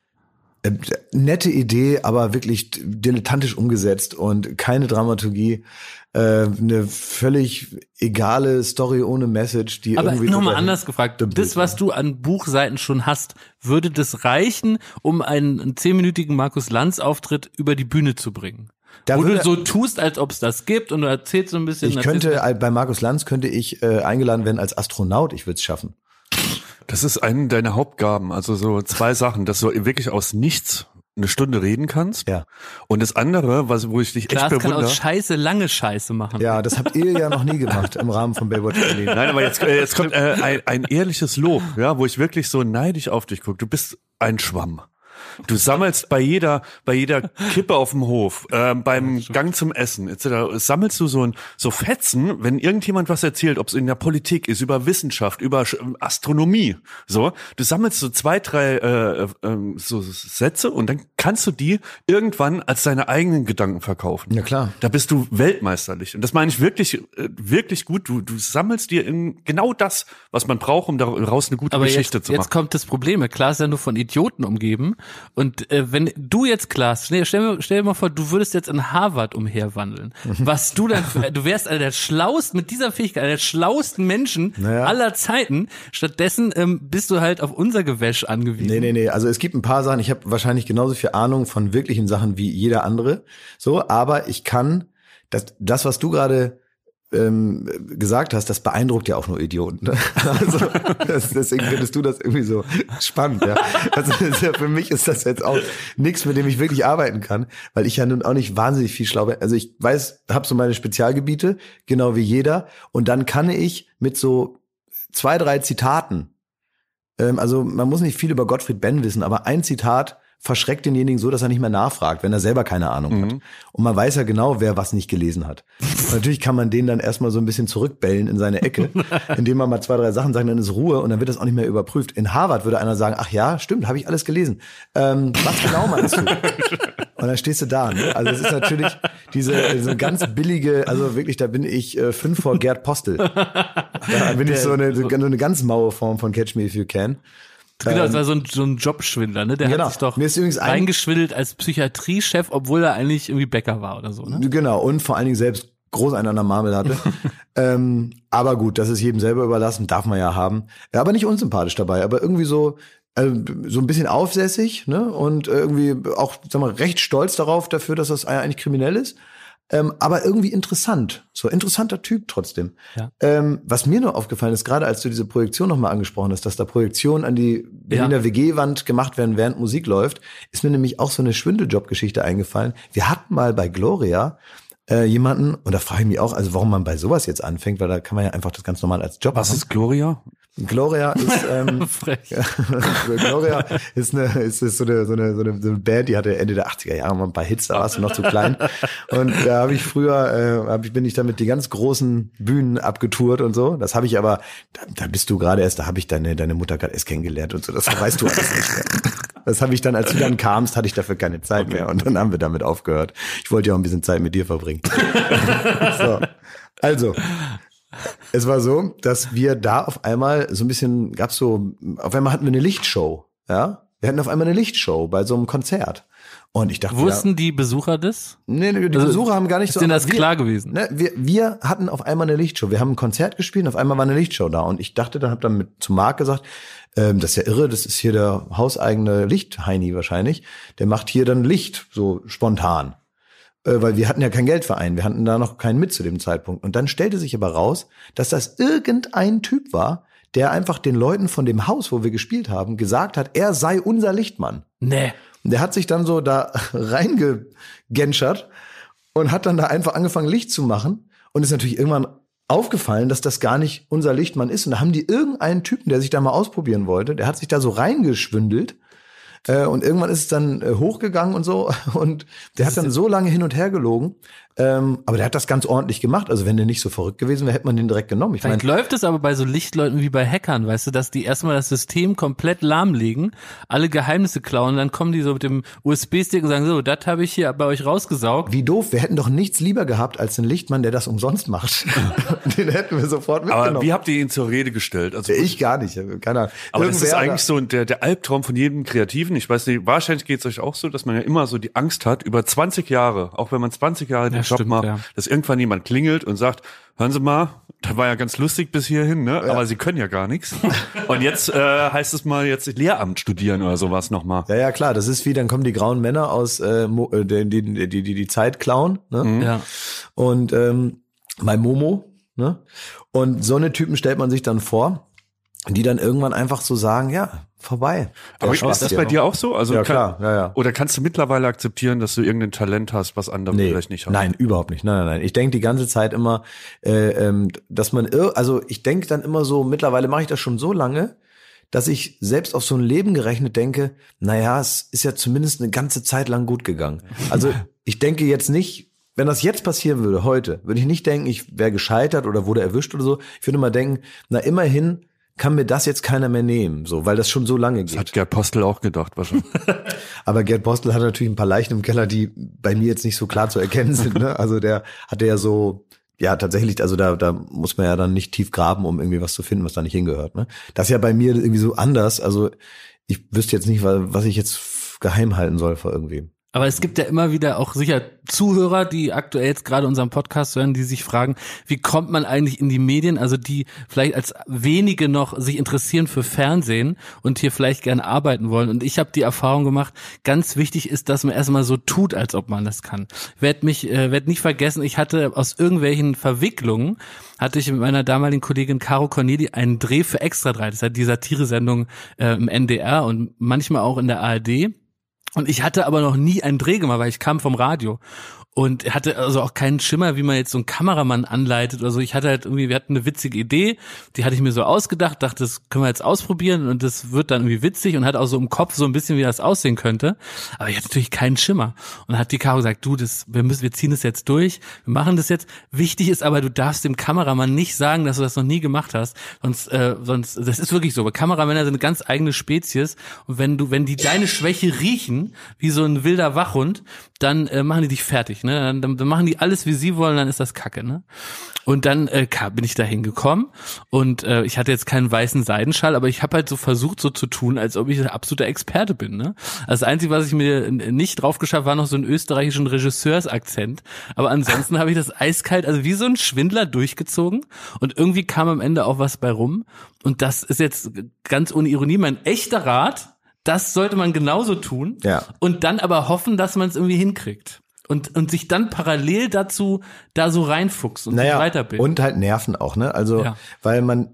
Äh, nette Idee, aber wirklich dilettantisch umgesetzt und keine Dramaturgie. Äh, eine völlig egale Story ohne Message, die aber irgendwie. Aber nochmal anders gefragt. Das, was du an Buchseiten schon hast, würde das reichen, um einen, einen zehnminütigen Markus Lanz Auftritt über die Bühne zu bringen? Da Wo du so tust, als ob es das gibt und du erzählst so ein bisschen. Ich könnte, bei Markus Lanz könnte ich äh, eingeladen werden als Astronaut, ich würde es schaffen. Das ist eine deiner Hauptgaben, also so zwei Sachen, dass du wirklich aus nichts eine Stunde reden kannst. Ja. Und das andere, was, wo ich dich Klaas echt bewundere. Kann aus Scheiße lange Scheiße machen. Ja, das habt ihr ja noch nie gemacht im Rahmen von Baywatch Berlin. Nein, aber jetzt, äh, jetzt kommt äh, ein, ein ehrliches Lob, ja, wo ich wirklich so neidisch auf dich gucke. Du bist ein Schwamm. Du sammelst bei jeder, bei jeder Kippe auf dem Hof, äh, beim Gang zum Essen et cetera sammelst du so ein, so Fetzen, wenn irgendjemand was erzählt, ob es in der Politik ist, über Wissenschaft, über Astronomie, so. Du sammelst so zwei, drei äh, äh, so Sätze und dann kannst du die irgendwann als deine eigenen Gedanken verkaufen. Ja klar. Da bist du weltmeisterlich. Und das meine ich wirklich, äh, wirklich gut. Du, du sammelst dir in genau das, was man braucht, um daraus eine gute Aber Geschichte jetzt, zu machen. Jetzt kommt das Problem. Klaas ist ja nur von Idioten umgeben. Und äh, wenn du jetzt, Klaas, stell, stell, stell dir mal vor, du würdest jetzt in Harvard umherwandeln. Was du dann, für, du wärst einer der schlauesten, mit dieser Fähigkeit, einer der schlauesten Menschen naja. aller Zeiten. Stattdessen ähm, bist du halt auf unser Gewäsch angewiesen. Nee, nee, nee. Also es gibt ein paar Sachen, ich habe wahrscheinlich genauso viel Ahnung von wirklichen Sachen wie jeder andere. So, aber ich kann, das, das was du gerade ähm, gesagt hast, das beeindruckt ja auch nur Idioten. Ne? Also das, deswegen findest du das irgendwie so spannend. Ja? Also das ist ja, für mich ist das jetzt auch nichts, mit dem ich wirklich arbeiten kann, weil ich ja nun auch nicht wahnsinnig viel schlau bin. Also ich weiß, habe so meine Spezialgebiete, genau wie jeder. Und dann kann ich mit so zwei, drei Zitaten, ähm, also man muss nicht viel über Gottfried Benn wissen, aber ein Zitat verschreckt denjenigen so, dass er nicht mehr nachfragt, wenn er selber keine Ahnung mhm. hat. Und man weiß ja genau, wer was nicht gelesen hat. Und natürlich kann man den dann erstmal so ein bisschen zurückbellen in seine Ecke, indem man mal zwei, drei Sachen sagt, dann ist Ruhe und dann wird das auch nicht mehr überprüft. In Harvard würde einer sagen, ach ja, stimmt, habe ich alles gelesen. Ähm, was genau meinst du? Und dann stehst du da. Ne? Also es ist natürlich diese, diese ganz billige, also wirklich, da bin ich äh, fünf vor Gerd Postel. Da bin ich so eine, so eine ganz maue Form von Catch Me If You Can. Genau, das war so ein, so ein Jobschwindler, ne? Der genau. hat sich doch Mir ist übrigens reingeschwindelt als Psychiatriechef, obwohl er eigentlich irgendwie Bäcker war oder so, ne? Genau, und vor allen Dingen selbst groß einen an der Marmel hatte. ähm, aber gut, das ist jedem selber überlassen, darf man ja haben. Ja, aber nicht unsympathisch dabei, aber irgendwie so äh, so ein bisschen aufsässig, ne? Und irgendwie auch, sag mal, recht stolz darauf dafür, dass das eigentlich kriminell ist. ähm, aber irgendwie interessant. So interessanter Typ trotzdem. Ja. Ähm, was mir nur aufgefallen ist, gerade als du diese Projektion nochmal angesprochen hast, dass da Projektionen an die Berliner Ja. W G-Wand gemacht werden, während Musik läuft, ist mir nämlich auch so eine Schwindeljob-Geschichte eingefallen. Wir hatten mal bei Gloria äh, jemanden, und da frage ich mich auch, also warum man bei sowas jetzt anfängt, weil da kann man ja einfach das ganz normal als Job Was machen. ist Gloria? Gloria ist ähm, Frech. Gloria ist eine ist, ist so eine so eine so eine so eine Band, die hatte Ende der achtziger Jahre mal ein paar Hits, da warst du noch zu klein, und da habe ich früher äh, hab ich bin ich damit die ganz großen Bühnen abgetourt und so. Das habe ich aber da, da bist du gerade erst, da habe ich deine deine Mutter gerade erst kennengelernt und so, das weißt du alles nicht mehr. Das habe ich dann, als du dann kamst, hatte ich dafür keine Zeit okay. mehr, und dann haben wir damit aufgehört. Ich wollte ja auch ein bisschen Zeit mit dir verbringen. So. Also, es war so, dass wir da auf einmal so ein bisschen, gab's so, auf einmal hatten wir eine Lichtshow, ja? Wir hatten auf einmal eine Lichtshow bei so einem Konzert. Und ich dachte, Wussten ja, die Besucher das? nee, nee, die Also, Besucher haben gar nicht ist so. denen das wir, klar gewesen? Ne, wir, wir hatten auf einmal eine Lichtshow. Wir haben ein Konzert gespielt und auf einmal war eine Lichtshow da. Und ich dachte, dann hab dann mit zu Marc gesagt, ähm, das ist ja irre, das ist hier der hauseigene Lichtheini wahrscheinlich. Der macht hier dann Licht, so spontan. Äh, weil wir hatten ja kein Geldverein, wir hatten da noch keinen mit zu dem Zeitpunkt. Und dann stellte sich aber raus, dass das irgendein Typ war, der einfach den Leuten von dem Haus, wo wir gespielt haben, gesagt hat, er sei unser Lichtmann. Nee. Und der hat sich dann so da reingegenschert und hat dann da einfach angefangen, Licht zu machen. Und ist natürlich irgendwann aufgefallen, dass das gar nicht unser Lichtmann ist. Und da haben die irgendeinen Typen, der sich da mal ausprobieren wollte, der hat sich da so reingeschwindelt. Äh, und irgendwann ist es dann äh, hochgegangen und so. Und der hat dann so lange hin und her gelogen. Ähm, aber der hat das ganz ordentlich gemacht. Also wenn der nicht so verrückt gewesen wäre, hätte man den direkt genommen. Ich meine, Vielleicht läuft es aber bei so Lichtleuten wie bei Hackern, weißt du, dass die erstmal das System komplett lahmlegen, alle Geheimnisse klauen, dann kommen die so mit dem U S B-Stick und sagen, so, das habe ich hier bei euch rausgesaugt. wie doof. Wir hätten doch nichts lieber gehabt als einen Lichtmann, der das umsonst macht. Den hätten wir sofort mitgenommen. Aber wie habt ihr ihn zur Rede gestellt? Also Ich gar nicht, keine Ahnung. Aber das ist Irgendwer eigentlich so der, der Albtraum von jedem Kreativen. Ich weiß nicht, wahrscheinlich geht es euch auch so, dass man ja immer so die Angst hat, über zwanzig Jahre, auch wenn man zwanzig Jahre den Ja, Job stimmt, macht, ja. dass irgendwann jemand klingelt und sagt, hören Sie mal, das war ja ganz lustig bis hierhin, ne? Aber Sie können ja gar nichts. Und jetzt äh, heißt es mal jetzt Lehramt studieren oder sowas nochmal. Ja, ja, klar, das ist wie, dann kommen die grauen Männer aus, äh, Mo, äh, die, die, die, die die Zeit klauen, ne? Ja. Und ähm, bei Momo, ne? Und so eine Typen stellt man sich dann vor, die dann irgendwann einfach so sagen, ja, vorbei. Der Aber Spaß ist das hier bei noch. dir auch so? Also Ja, kann, klar, ja, ja. Oder kannst du mittlerweile akzeptieren, dass du irgendein Talent hast, was andere Nee, vielleicht nicht haben? nein, überhaupt nicht. Nein, nein, nein. Ich denke die ganze Zeit immer, äh, ähm, dass man, ir- also ich denke dann immer so, mittlerweile mache ich das schon so lange, dass ich selbst auf so ein Leben gerechnet denke, naja, es ist ja zumindest eine ganze Zeit lang gut gegangen. Also ich denke jetzt nicht, wenn das jetzt passieren würde, heute, würde ich nicht denken, ich wäre gescheitert oder wurde erwischt oder so. Ich würde mal denken, na immerhin kann mir das jetzt keiner mehr nehmen, so, weil das schon so lange Das hat geht. Gerd Postel auch gedacht, wahrscheinlich. Aber Gerd Postel hat natürlich ein paar Leichen im Keller, die bei mir jetzt nicht so klar zu erkennen sind, ne? Also der hatte ja so, ja, tatsächlich, also da, da muss man ja dann nicht tief graben, um irgendwie was zu finden, was da nicht hingehört, ne? Das ist ja bei mir irgendwie so anders, also ich wüsste jetzt nicht, was ich jetzt geheim halten soll vor irgendwem. Aber es gibt ja immer wieder auch sicher Zuhörer, die aktuell jetzt gerade unseren Podcast hören, die sich fragen, wie kommt man eigentlich in die Medien, also die vielleicht als wenige noch sich interessieren für Fernsehen und hier vielleicht gerne arbeiten wollen. Und ich habe die Erfahrung gemacht, ganz wichtig ist, dass man erstmal so tut, als ob man das kann. Ich werde mich, äh, werd nicht vergessen, ich hatte aus irgendwelchen Verwicklungen, hatte ich mit meiner damaligen Kollegin Caro Corneli einen Dreh für Extra drei, das ist ja die Satiresendung äh, im N D R und manchmal auch in der A R D. Und ich hatte aber noch nie einen Dreh gemacht, weil ich kam vom Radio und hatte also auch keinen Schimmer, wie man jetzt so einen Kameramann anleitet oder so. Ich hatte halt irgendwie, wir hatten eine witzige Idee, die hatte ich mir so ausgedacht, dachte, das können wir jetzt ausprobieren und das wird dann irgendwie witzig und hatte auch so im Kopf so ein bisschen, wie das aussehen könnte. Aber ich hatte natürlich keinen Schimmer. Und dann hat die Caro gesagt, du, das, wir müssen, wir ziehen das jetzt durch, wir machen das jetzt. Wichtig ist aber, du darfst dem Kameramann nicht sagen, dass du das noch nie gemacht hast. Sonst, äh, sonst, das ist wirklich so. Aber Kameramänner sind eine ganz eigene Spezies. Und wenn du, wenn die deine Schwäche riechen, wie so ein wilder Wachhund, dann äh, machen die dich fertig, ne? Dann, dann, dann machen die alles, wie sie wollen, dann ist das Kacke, ne? Und dann äh, bin ich da hingekommen und äh, ich hatte jetzt keinen weißen Seidenschal, aber ich habe halt so versucht, so zu tun, als ob ich ein absoluter Experte bin, ne? Also das Einzige, was ich mir nicht drauf geschafft, war noch so einen österreichischen Regisseursakzent. Aber ansonsten habe ich das eiskalt, also wie so ein Schwindler durchgezogen und irgendwie kam am Ende auch was bei rum. Und das ist jetzt ganz ohne Ironie mein echter Rat. Das sollte man genauso tun Ja. und dann aber hoffen, dass man es irgendwie hinkriegt. und, und sich dann parallel dazu da so reinfuchst und naja, sich weiterbildet. Und halt Nerven auch, ne? Also, ja. weil man,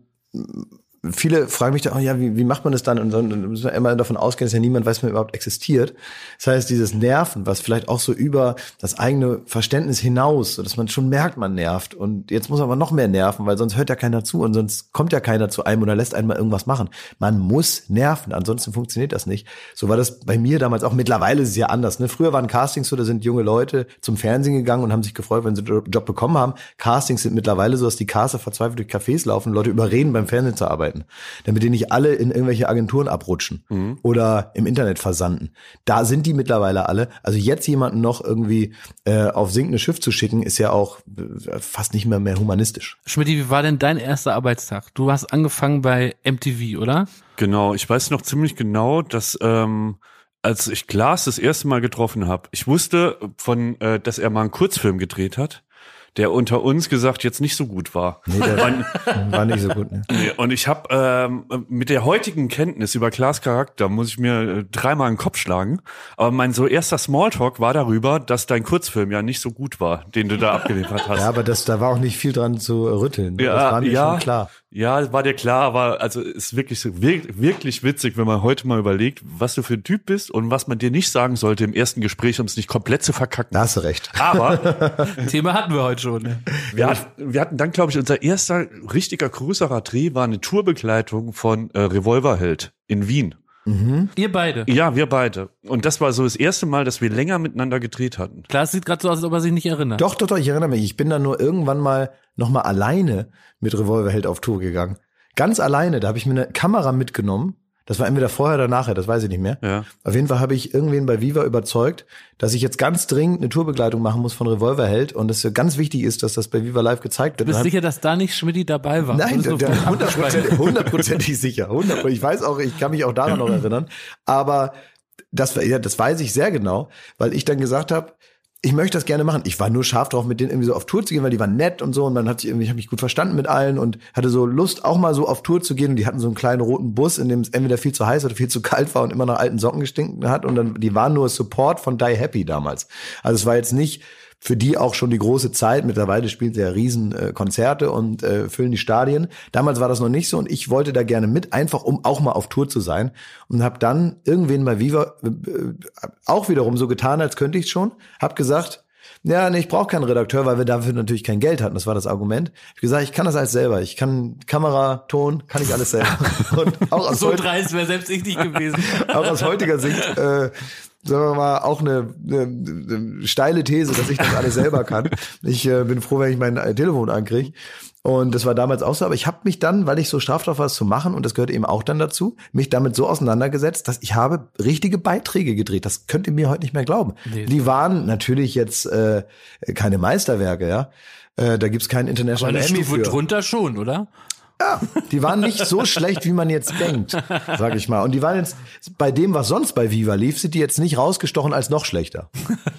viele fragen mich da, oh ja, wie, wie macht man das dann? Und dann müssen wir immer davon ausgehen, dass ja niemand weiß, wer überhaupt existiert. Das heißt, dieses Nerven, was vielleicht auch so über das eigene Verständnis hinaus, so dass man schon merkt, man nervt. Und jetzt muss man aber noch mehr nerven, weil sonst hört ja keiner zu und sonst kommt ja keiner zu einem oder lässt einen mal irgendwas machen. Man muss nerven, ansonsten funktioniert das nicht. So war das bei mir damals auch. Mittlerweile ist es ja anders, ne? Früher waren Castings so, da sind junge Leute zum Fernsehen gegangen und haben sich gefreut, wenn sie einen Job bekommen haben. Castings sind mittlerweile so, dass die Caster verzweifelt durch Cafés laufen, Leute überreden, beim Fernsehen zu arbeiten. Damit die nicht alle in irgendwelche Agenturen abrutschen mhm. oder im Internet versanden. Da sind die mittlerweile alle. Also jetzt jemanden noch irgendwie äh, auf sinkendes Schiff zu schicken, ist ja auch äh, fast nicht mehr mehr humanistisch. Schmidti, wie war denn dein erster Arbeitstag? Du hast angefangen bei M T V, oder? Genau, ich weiß noch ziemlich genau, dass ähm, als ich Klaas das erste Mal getroffen habe, ich wusste von, äh, dass er mal einen Kurzfilm gedreht hat, der unter uns gesagt jetzt nicht so gut war. Nee, der war, war nicht so gut. Ne? Nee, und ich habe ähm, mit der heutigen Kenntnis über Klaas Charakter muss ich mir äh, dreimal den Kopf schlagen. Aber mein so erster Smalltalk war darüber, dass dein Kurzfilm ja nicht so gut war, den du da abgeliefert hast. Ja, aber das, da war auch nicht viel dran zu rütteln. Ja, das war mir ja, schon klar. Ja, war dir klar, aber also ist wirklich so, wirklich witzig, wenn man heute mal überlegt, was du für ein Typ bist und was man dir nicht sagen sollte im ersten Gespräch, um es nicht komplett zu verkacken. Da hast du recht. Aber Thema hatten wir heute schon. Wir, hat, wir hatten dann, glaube ich, unser erster richtiger größerer Dreh war eine Tourbegleitung von äh, Revolverheld in Wien. Mhm. Ihr beide? Ja, wir beide. Und das war so das erste Mal, dass wir länger miteinander gedreht hatten. Klar, es sieht gerade so aus, als ob er sich nicht erinnert. Doch, doch, doch, ich erinnere mich. Ich bin dann nur irgendwann mal noch mal alleine mit Revolverheld auf Tour gegangen. Ganz alleine, da habe ich mir eine Kamera mitgenommen. Das war entweder vorher oder nachher, das weiß ich nicht mehr. Ja. Auf jeden Fall habe ich irgendwen bei Viva überzeugt, dass ich jetzt ganz dringend eine Tourbegleitung machen muss von Revolverheld und es ganz wichtig ist, dass das bei Viva Live gezeigt wird. Du bist sicher, dass da nicht Schmidti dabei war? Nein, hundertprozentig sicher. hundert Ich weiß auch, ich kann mich auch daran noch erinnern. Aber das, ja, das weiß ich sehr genau, weil ich dann gesagt habe, ich möchte das gerne machen. Ich war nur scharf drauf, mit denen irgendwie so auf Tour zu gehen, weil die waren nett und so. Und dann hat sich irgendwie, ich habe mich gut verstanden mit allen und hatte so Lust, auch mal so auf Tour zu gehen. Und die hatten so einen kleinen roten Bus, in dem es entweder viel zu heiß oder viel zu kalt war und immer nach alten Socken gestinkt hat. Und dann, die waren nur Support von Die Happy damals. Also es war jetzt nicht für die auch schon die große Zeit. Mittlerweile spielen sie ja riesen äh, Konzerte und äh, füllen die Stadien. Damals war das noch nicht so und ich wollte da gerne mit, einfach um auch mal auf Tour zu sein. Und habe dann irgendwen bei Viva äh, auch wiederum so getan, als könnte ich schon. Hab gesagt, ja, nee, ich brauche keinen Redakteur, weil wir dafür natürlich kein Geld hatten. Das war das Argument. Ich hab gesagt, ich kann das alles selber. Ich kann Kamera, Ton, kann ich alles selber. Und auch aus so dreist wäre selbst ich nicht gewesen. Auch aus heutiger Sicht äh, sagen wir mal, auch eine, eine, eine steile These, dass ich das alles selber kann. Ich äh, bin froh, wenn ich mein äh, Telefon ankriege. Und das war damals auch so. Aber ich habe mich dann, weil ich so scharf drauf war, es zu machen, und das gehört eben auch dann dazu, mich damit so auseinandergesetzt, dass ich habe richtige Beiträge gedreht. Das könnt ihr mir heute nicht mehr glauben. Nee. Die waren natürlich jetzt äh, keine Meisterwerke, ja. Äh, da gibt's keinen International Aber eine Emmy Stufe für. Drunter schon, oder? Ja, die waren nicht so schlecht, wie man jetzt denkt, sag ich mal. Und die waren jetzt, bei dem, was sonst bei Viva lief, sind die jetzt nicht rausgestochen als noch schlechter.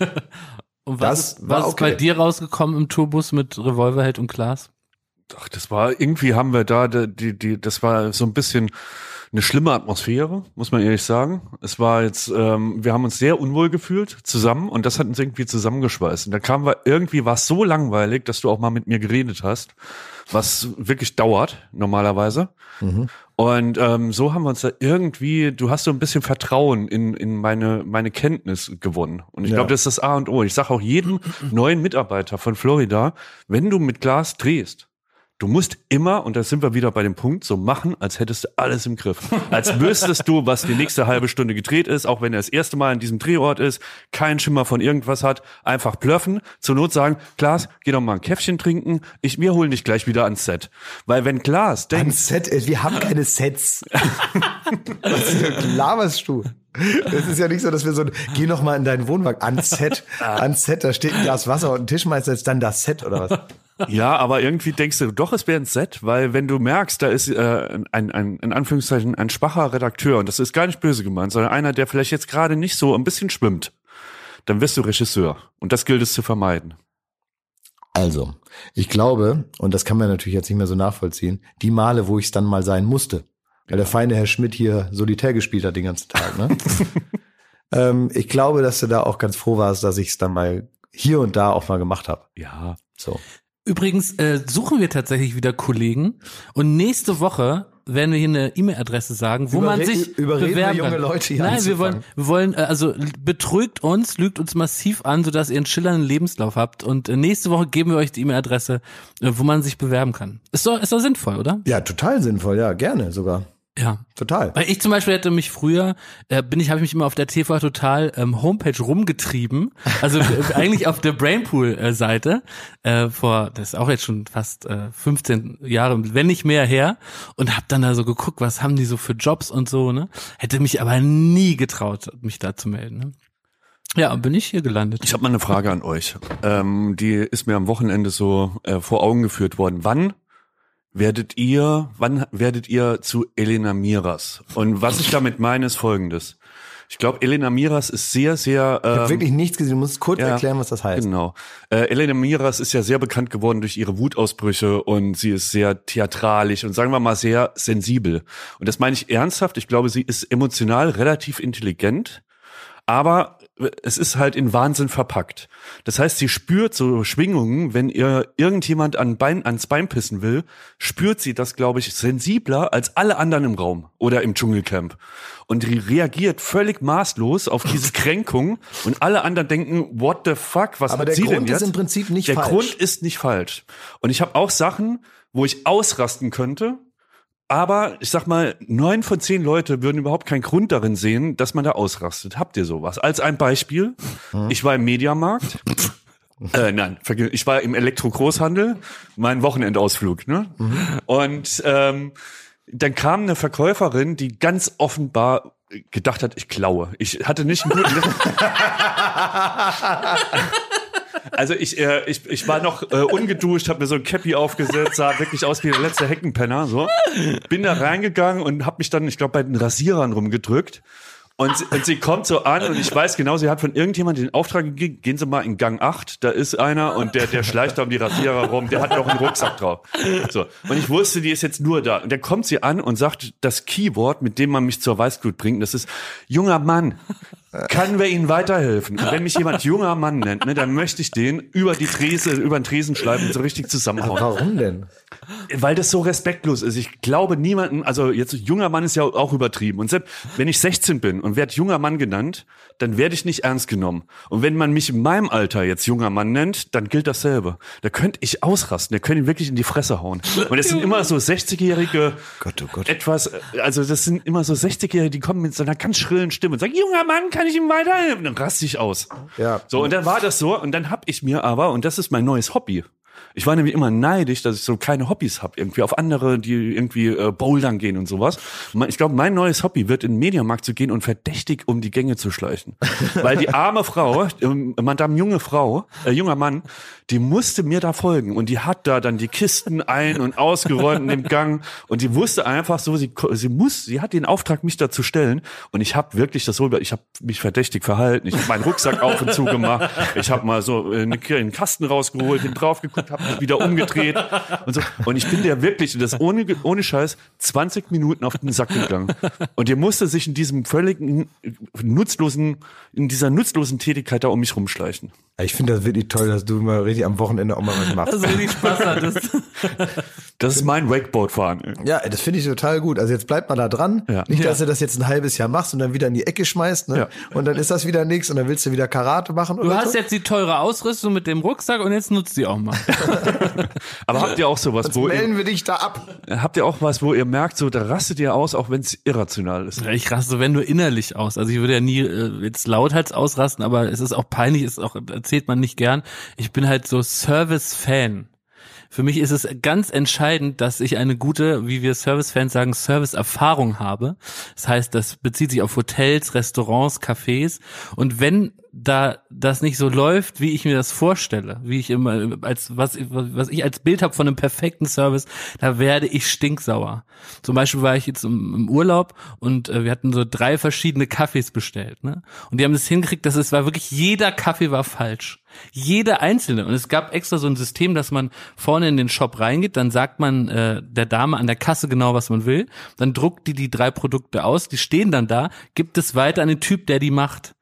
Und was, das ist, war was ist okay. bei dir rausgekommen im Tourbus mit Revolverheld und Klaas? Ach, das war, irgendwie haben wir da, die, die, das war so ein bisschen eine schlimme Atmosphäre, muss man ehrlich sagen. Es war jetzt, ähm, wir haben uns sehr unwohl gefühlt zusammen und das hat uns irgendwie zusammengeschweißt. Und da kamen wir, irgendwie war es so langweilig, dass du auch mal mit mir geredet hast, was wirklich dauert, normalerweise. Mhm. Und ähm, so haben wir uns da irgendwie, du hast so ein bisschen Vertrauen in in meine meine Kenntnis gewonnen. Und ich ja. glaube, das ist das A und O. Ich sage auch jedem neuen Mitarbeiter von Florida, wenn du mit Klaas drehst, du musst immer, und da sind wir wieder bei dem Punkt, so machen, als hättest du alles im Griff. Als wüsstest du, was die nächste halbe Stunde gedreht ist, auch wenn er das erste Mal an diesem Drehort ist, keinen Schimmer von irgendwas hat, einfach blöffen, zur Not sagen, Klaas, geh doch mal ein Käffchen trinken, ich, wir holen dich gleich wieder ans Set. Weil wenn Klaas denkt... Ans Set? Wir haben keine Sets. Was laberst du? Das ist ja nicht so, dass wir so, geh noch mal in deinen Wohnwagen, ans Set, ans Set, da steht ein Glas Wasser und ein Tischmeister, ist dann das Set oder was? Ja, aber irgendwie denkst du, doch, es wäre ein Set, weil wenn du merkst, da ist äh, ein, ein, in Anführungszeichen, ein schwacher Redakteur, und das ist gar nicht böse gemeint, sondern einer, der vielleicht jetzt gerade nicht so ein bisschen schwimmt, dann wirst du Regisseur. Und das gilt es zu vermeiden. Also, ich glaube, und das kann man natürlich jetzt nicht mehr so nachvollziehen, die Male, wo ich es dann mal sein musste, weil der feine Herr Schmidt hier Solitär gespielt hat den ganzen Tag, ne? ähm, ich glaube, dass du da auch ganz froh warst, dass ich es dann mal hier und da auch mal gemacht habe. Ja. So. Übrigens äh, suchen wir tatsächlich wieder Kollegen und nächste Woche werden wir hier eine E-Mail-Adresse sagen, wo Überred, man sich überreden bewerben wir junge kann. Leute hier Nein, wir wollen, anzufangen. wir wollen, äh, also betrügt uns, lügt uns massiv an, sodass ihr einen schillernden Lebenslauf habt. Und äh, nächste Woche geben wir euch die E-Mail-Adresse, äh, wo man sich bewerben kann. Ist doch, ist doch sinnvoll, oder? Ja, total sinnvoll, ja, gerne sogar. Ja. Total. Weil ich zum Beispiel hätte mich früher, äh, bin ich, habe ich mich immer auf der T V Total ähm, Homepage rumgetrieben, also äh, eigentlich auf der Brainpool-Seite, äh, vor, das ist auch jetzt schon fast äh, fünfzehn Jahre, wenn nicht mehr her, und hab dann da so geguckt, was haben die so für Jobs und so, ne? Hätte mich aber nie getraut, mich da zu melden, ne? Ja, bin ich hier gelandet. Ich habe mal eine Frage an euch. Ähm, die ist mir am Wochenende so äh, vor Augen geführt worden. Wann werdet ihr, wann werdet ihr zu Elena Miras? Und was ich damit meine, ist Folgendes. Ich glaube, Elena Miras ist sehr, sehr... Ähm, Ich habe wirklich nichts gesehen. Du musst kurz ja, erklären, was das heißt. Genau. Äh, Elena Miras ist ja sehr bekannt geworden durch ihre Wutausbrüche und sie ist sehr theatralisch und sagen wir mal sehr sensibel. Und das meine ich ernsthaft. Ich glaube, sie ist emotional relativ intelligent, aber es ist halt in Wahnsinn verpackt. Das heißt, sie spürt so Schwingungen, wenn ihr irgendjemand an Bein, ans Bein pissen will, spürt sie das, glaube ich, sensibler als alle anderen im Raum oder im Dschungelcamp. Und die reagiert völlig maßlos auf diese Kränkung und alle anderen denken, what the fuck, was Aber hat der sie denn Grund jetzt? ist im Prinzip nicht der falsch. Der Grund ist nicht falsch. Und ich habe auch Sachen, wo ich ausrasten könnte, aber ich sag mal, neun von zehn Leute würden überhaupt keinen Grund darin sehen, dass man da ausrastet. Habt ihr sowas? Als ein Beispiel, hm. ich war im Mediamarkt. äh, nein, ich war im Elektro-Großhandel, mein Wochenendausflug. Ne? Mhm. Und ähm, dann kam eine Verkäuferin, die ganz offenbar gedacht hat, ich klaue. Ich hatte nicht einen guten... Also ich, äh, ich, ich war noch äh, ungeduscht, habe mir so ein Cappy aufgesetzt, sah wirklich aus wie der letzte Heckenpenner. So. Bin da reingegangen und habe mich dann, ich glaube, bei den Rasierern rumgedrückt. Und sie, und sie kommt so an und ich weiß genau, sie hat von irgendjemandem den Auftrag gegeben, gehen Sie mal in Gang acht, da ist einer und der, der schleicht da um die Rasierer rum, der hat noch einen Rucksack drauf. So. Und ich wusste, die ist jetzt nur da. Und dann kommt sie an und sagt das Keyword, mit dem man mich zur Weißglut bringt, das ist junger Mann. Können wir Ihnen weiterhelfen? Und wenn mich jemand junger Mann nennt, ne, dann möchte ich den über die Trese, über den Tresen schleifen und so richtig zusammenhauen. Warum denn? Weil das so respektlos ist. Ich glaube niemanden, also jetzt junger Mann ist ja auch übertrieben. Und selbst wenn ich sechzehn bin und werde junger Mann genannt, dann werde ich nicht ernst genommen. Und wenn man mich in meinem Alter jetzt junger Mann nennt, dann gilt dasselbe. Da könnte ich ausrasten, da könnte ich wirklich in die Fresse hauen. Und das sind immer so sechzigjährige, Gott, oh Gott. etwas, also das sind immer so sechzigjährige, die kommen mit so einer ganz schrillen Stimme und sagen, junger Mann, kann ich ihm weiterhelfen? Dann raste ich aus. Ja. So, und dann war das so, und dann hab ich mir aber, und das ist mein neues Hobby, ich war nämlich immer neidisch, dass ich so keine Hobbys habe, irgendwie auf andere, die irgendwie äh, bouldern gehen und sowas. Ich glaube, mein neues Hobby wird in den Mediamarkt zu gehen und verdächtig um die Gänge zu schleichen. Weil die arme Frau, äh, Madame junge Frau, äh, junger Mann, die musste mir da folgen und die hat da dann die Kisten ein- und ausgeräumt in dem Gang und die wusste einfach so, sie sie muss, sie hat den Auftrag, mich da zu stellen und ich habe wirklich das so, ich habe mich verdächtig verhalten, ich habe meinen Rucksack auf und zu gemacht, ich habe mal so äh, einen Kasten rausgeholt, bin drauf geguckt, habe mich wieder umgedreht und so und ich bin der wirklich, das ohne ohne Scheiß, zwanzig Minuten auf den Sack gegangen und der musste sich in diesem völligen nutzlosen, in dieser nutzlosen Tätigkeit da um mich rumschleichen. Ich finde das wirklich toll, dass du mal richtig am Wochenende auch mal was machst. Das ist richtig Spaß hattest. Das ist mein Wakeboard-Fahren. Ja, das finde ich total gut. Also jetzt bleibt man da dran. Ja. Nicht, dass Ja. du das jetzt ein halbes Jahr machst und dann wieder in die Ecke schmeißt, ne? Ja. Und dann ist das wieder nichts und dann willst du wieder Karate machen Du oder hast so. jetzt die teure Ausrüstung mit dem Rucksack und jetzt nutzt die auch mal. Aber habt ihr auch sowas, Jetzt wo melden ihr, wir dich da ab. habt ihr auch was, wo ihr merkt, so da rastet ihr aus, auch wenn es irrational ist? Ich raste, wenn nur innerlich aus. Also ich würde ja nie äh, jetzt lauthals ausrasten, aber es ist auch peinlich, ist auch erzählt man nicht gern. Ich bin halt so Service-Fan. Für mich ist es ganz entscheidend, dass ich eine gute, wie wir Service-Fans sagen, Service-Erfahrung habe. Das heißt, das bezieht sich auf Hotels, Restaurants, Cafés. Und wenn da das nicht so läuft, wie ich mir das vorstelle, wie ich immer als was was ich als Bild habe von einem perfekten Service, da werde ich stinksauer. Zum Beispiel war ich jetzt im, im Urlaub und äh, wir hatten so drei verschiedene Kaffees bestellt, ne? Und die haben das hingekriegt, dass es war wirklich jeder Kaffee war falsch. Jede einzelne. Und es gab extra so ein System, dass man vorne in den Shop reingeht, dann sagt man äh, der Dame an der Kasse genau, was man will, dann druckt die die drei Produkte aus, die stehen dann da, gibt es weiter an den Typ, der die macht.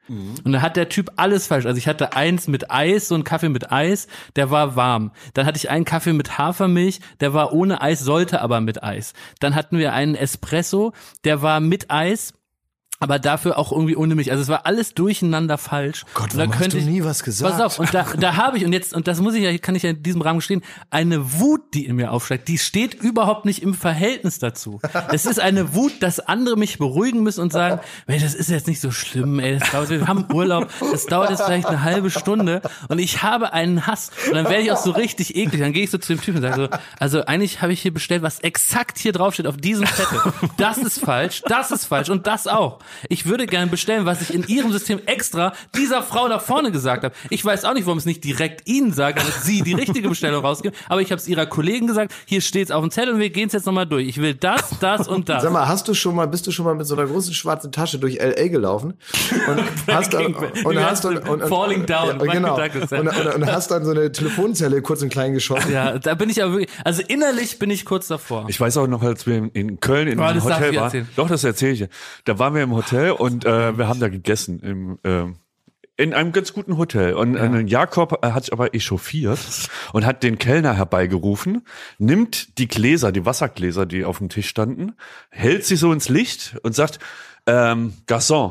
Mhm. Und dann hat der Typ alles falsch. Also ich hatte eins mit Eis, so einen Kaffee mit Eis, der war warm. Dann hatte ich einen Kaffee mit Hafermilch, der war ohne Eis, sollte aber mit Eis. Dann hatten wir einen Espresso, der war mit Eis, aber dafür auch irgendwie ohne Milch. Also es war alles durcheinander falsch. Gott, warum hast du ich, nie was gesagt? Pass auf, und da, da habe ich, und jetzt, und das muss ich ja, kann ich ja in diesem Rahmen gestehen, eine Wut, die in mir aufsteigt, die steht überhaupt nicht im Verhältnis dazu. Es ist eine Wut, dass andere mich beruhigen müssen und sagen, ey, das ist jetzt nicht so schlimm, ey, das dauert, wir haben Urlaub, das dauert jetzt vielleicht eine halbe Stunde und ich habe einen Hass und dann werde ich auch so richtig eklig, dann gehe ich so zu dem Typen und sage so, also eigentlich habe ich hier bestellt, was exakt hier draufsteht auf diesem Zettel. Das ist falsch, das ist falsch und das auch. Ich würde gerne bestellen, was ich in Ihrem System extra dieser Frau da vorne gesagt habe. Ich weiß auch nicht, warum es nicht direkt Ihnen sagt, damit Sie die richtige Bestellung rausgeben, aber ich habe es Ihrer Kollegen gesagt, hier steht's auf dem Zettel und wir gehen es jetzt nochmal durch. Ich will das, das und das. Sag mal, hast du schon mal, bist du schon mal mit so einer großen schwarzen Tasche durch L A gelaufen? Und hast dann, und hast dann, und, und, Falling down. Ja, genau. Und, und, und hast dann so eine Telefonzelle kurz und klein geschossen. Ja, da bin ich aber wirklich, also innerlich bin ich kurz davor. Ich weiß auch noch, als wir in Köln in Oh, einem das darf Hotel ich waren. erzählen. Doch, das erzähle ich dir. Da waren wir im Hotel und äh, wir haben da gegessen im äh, in einem ganz guten Hotel. Und ja. äh, Jakob hat sich aber echauffiert und hat den Kellner herbeigerufen, nimmt die Gläser, die Wassergläser, die auf dem Tisch standen, hält sie so ins Licht und sagt, ähm, Garçon.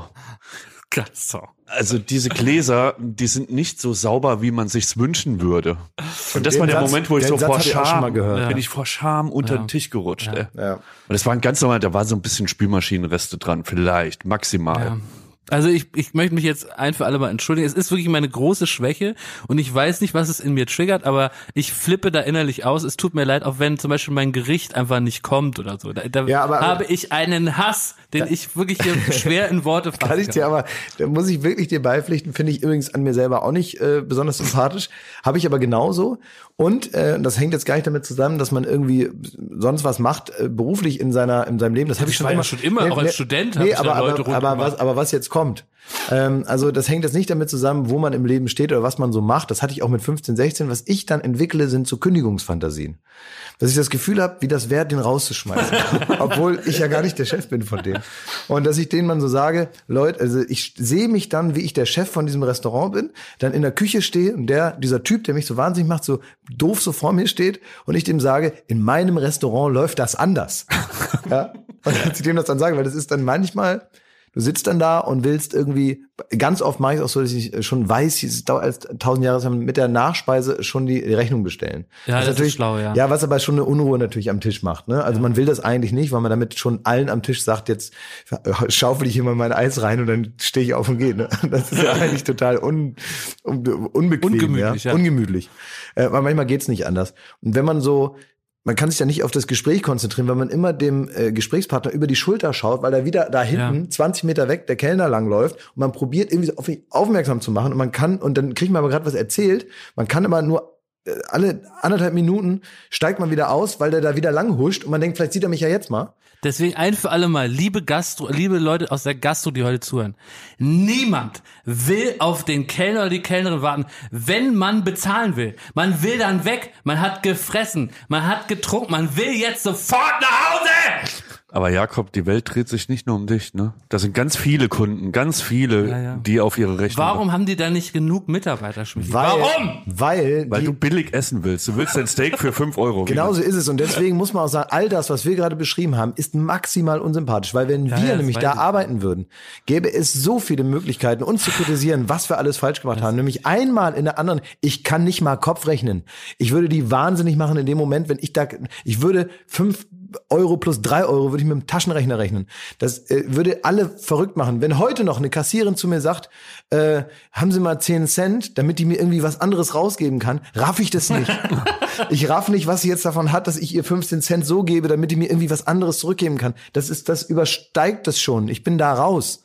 Garçon. Also diese Gläser, die sind nicht so sauber, wie man sich's wünschen würde. Und das Den war der Satz, Moment, wo ich den so Satz vor hab ich auch schon mal Scham, gehört. bin ich vor Scham unter Ja. den Tisch gerutscht. Ja. Ey. Ja. Und das war ein ganz normal, da war so ein bisschen Spülmaschinenreste dran, vielleicht, maximal. Ja. Also ich, ich möchte mich jetzt ein für alle Mal entschuldigen. Es ist wirklich meine große Schwäche und ich weiß nicht, was es in mir triggert, aber ich flippe da innerlich aus. Es tut mir leid, auch wenn zum Beispiel mein Gericht einfach nicht kommt oder so. Da, da Ja, aber- habe ich einen Hass, den ich wirklich hier schwer in Worte fassen Kann ich dir aber, da muss ich wirklich dir beipflichten, finde ich übrigens an mir selber auch nicht äh, besonders sympathisch, habe ich aber genauso. Und äh, das hängt jetzt gar nicht damit zusammen, dass man irgendwie sonst was macht, äh, beruflich in seiner in seinem Leben. Das habe ich Das schon war ja immer schon immer, auch als Student habe nee, ich aber, da Leute aber, rund aber, gemacht. was, aber was jetzt kommt. Ähm, also das hängt jetzt nicht damit zusammen, wo man im Leben steht oder was man so macht. Das hatte ich auch mit fünfzehn, sechzehn. Was ich dann entwickle, sind so Kündigungsfantasien. Dass ich das Gefühl habe, wie das wäre, den rauszuschmeißen. Obwohl ich ja gar nicht der Chef bin von dem. Und dass ich denen man so sage, Leute, also ich sehe mich dann, wie ich der Chef von diesem Restaurant bin, dann in der Küche stehe und der, dieser Typ, der mich so wahnsinnig macht, so doof so vor mir steht und ich dem sage, in meinem Restaurant läuft das anders. Ja? Und dass ich dem das dann sage, weil das ist dann manchmal, du sitzt dann da und willst irgendwie, ganz oft mache ich es auch so, dass ich schon weiß, es dauert als tausend Jahre, mit der Nachspeise schon die Rechnung bestellen. Ja, das ist natürlich schlau, ja. Ja, was aber schon eine Unruhe natürlich am Tisch macht. Ne? Also man will das eigentlich nicht, weil man damit schon allen am Tisch sagt, jetzt schaufel ich hier mal mein Eis rein und dann stehe ich auf und gehe. Ne? Das ist ja eigentlich total un, un, unbequem. Ungemütlich, ja? ja. Ungemütlich. Äh, aber manchmal geht's nicht anders. Und wenn man so man kann sich ja nicht auf das Gespräch konzentrieren, weil man immer dem äh, Gesprächspartner über die Schulter schaut, weil er wieder da hinten, Ja. zwanzig Meter weg, der Kellner langläuft und man probiert irgendwie so auf ihn aufmerksam zu machen und man kann, und dann kriegt man aber gerade was erzählt, man kann immer nur äh, alle anderthalb Minuten steigt man wieder aus, weil der da wieder lang huscht und man denkt, vielleicht sieht er mich ja jetzt mal. Deswegen ein für alle Mal, liebe Gastro, liebe Leute aus der Gastro, die heute zuhören. Niemand will auf den Kellner oder die Kellnerin warten, wenn man bezahlen will. Man will dann weg, man hat gefressen, man hat getrunken, man will jetzt sofort nach Hause! Aber Jakob, die Welt dreht sich nicht nur um dich, ne? Da sind ganz viele Kunden, ganz viele, Ja, ja. die auf ihre Rechnung. Warum haben die da nicht genug Mitarbeiter, Schmidt? Weil, Warum? Weil, Weil die, du billig essen willst. Du willst dein Steak für fünf Euro. Genauso ist es und deswegen muss man auch sagen, all das, was wir gerade beschrieben haben, ist maximal unsympathisch, weil wenn Ja, wir ja, das nämlich weiß da ich. arbeiten würden, gäbe es so viele Möglichkeiten, uns zu kritisieren, was wir alles falsch gemacht haben, nämlich einmal in der anderen, ich kann nicht mal Kopf rechnen. Ich würde die wahnsinnig machen in dem Moment, wenn ich da, ich würde fünf Euro plus drei Euro würde ich mit dem Taschenrechner rechnen. Das äh, würde alle verrückt machen. Wenn heute noch eine Kassierin zu mir sagt, äh, haben Sie mal zehn Cent, damit die mir irgendwie was anderes rausgeben kann, raff ich das nicht. Ich raff nicht, was sie jetzt davon hat, dass ich ihr fünfzehn Cent so gebe, damit die mir irgendwie was anderes zurückgeben kann. Das ist, das übersteigt das schon. Ich bin da raus.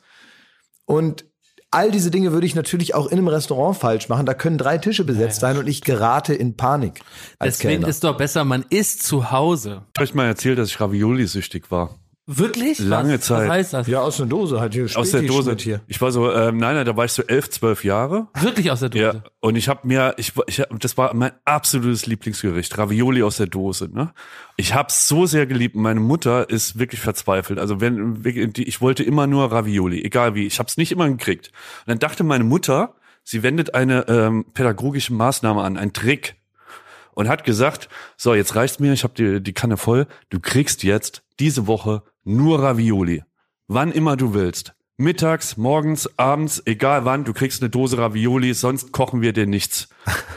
Und all diese Dinge würde ich natürlich auch in einem Restaurant falsch machen. Da können drei Tische besetzt sein und ich gerate in Panik. Als Deswegen Kellner. ist doch besser, man ist zu Hause. Ich habe euch mal erzählt, dass ich Ravioli-süchtig war. Wirklich? Lange was, Zeit. Was heißt das? Ja, aus der Dose halt hier. Aus der Dose. Schmidt hier. Ich war so, ähm, nein, nein, da war ich so elf, zwölf Jahre. Wirklich aus der Dose? Ja, und ich habe mir, ich, ich, das war mein absolutes Lieblingsgericht, Ravioli aus der Dose. Ne? Ich habe es so sehr geliebt. Meine Mutter ist wirklich verzweifelt. Also wenn ich wollte immer nur Ravioli, egal wie. Ich habe es nicht immer gekriegt. Und dann dachte meine Mutter, sie wendet eine ähm, pädagogische Maßnahme an, einen Trick. Und hat gesagt, so, jetzt reicht's mir, ich habe die, die Kanne voll. Du kriegst jetzt diese Woche nur Ravioli. Wann immer du willst. Mittags, morgens, abends, egal wann, du kriegst eine Dose Ravioli, sonst kochen wir dir nichts.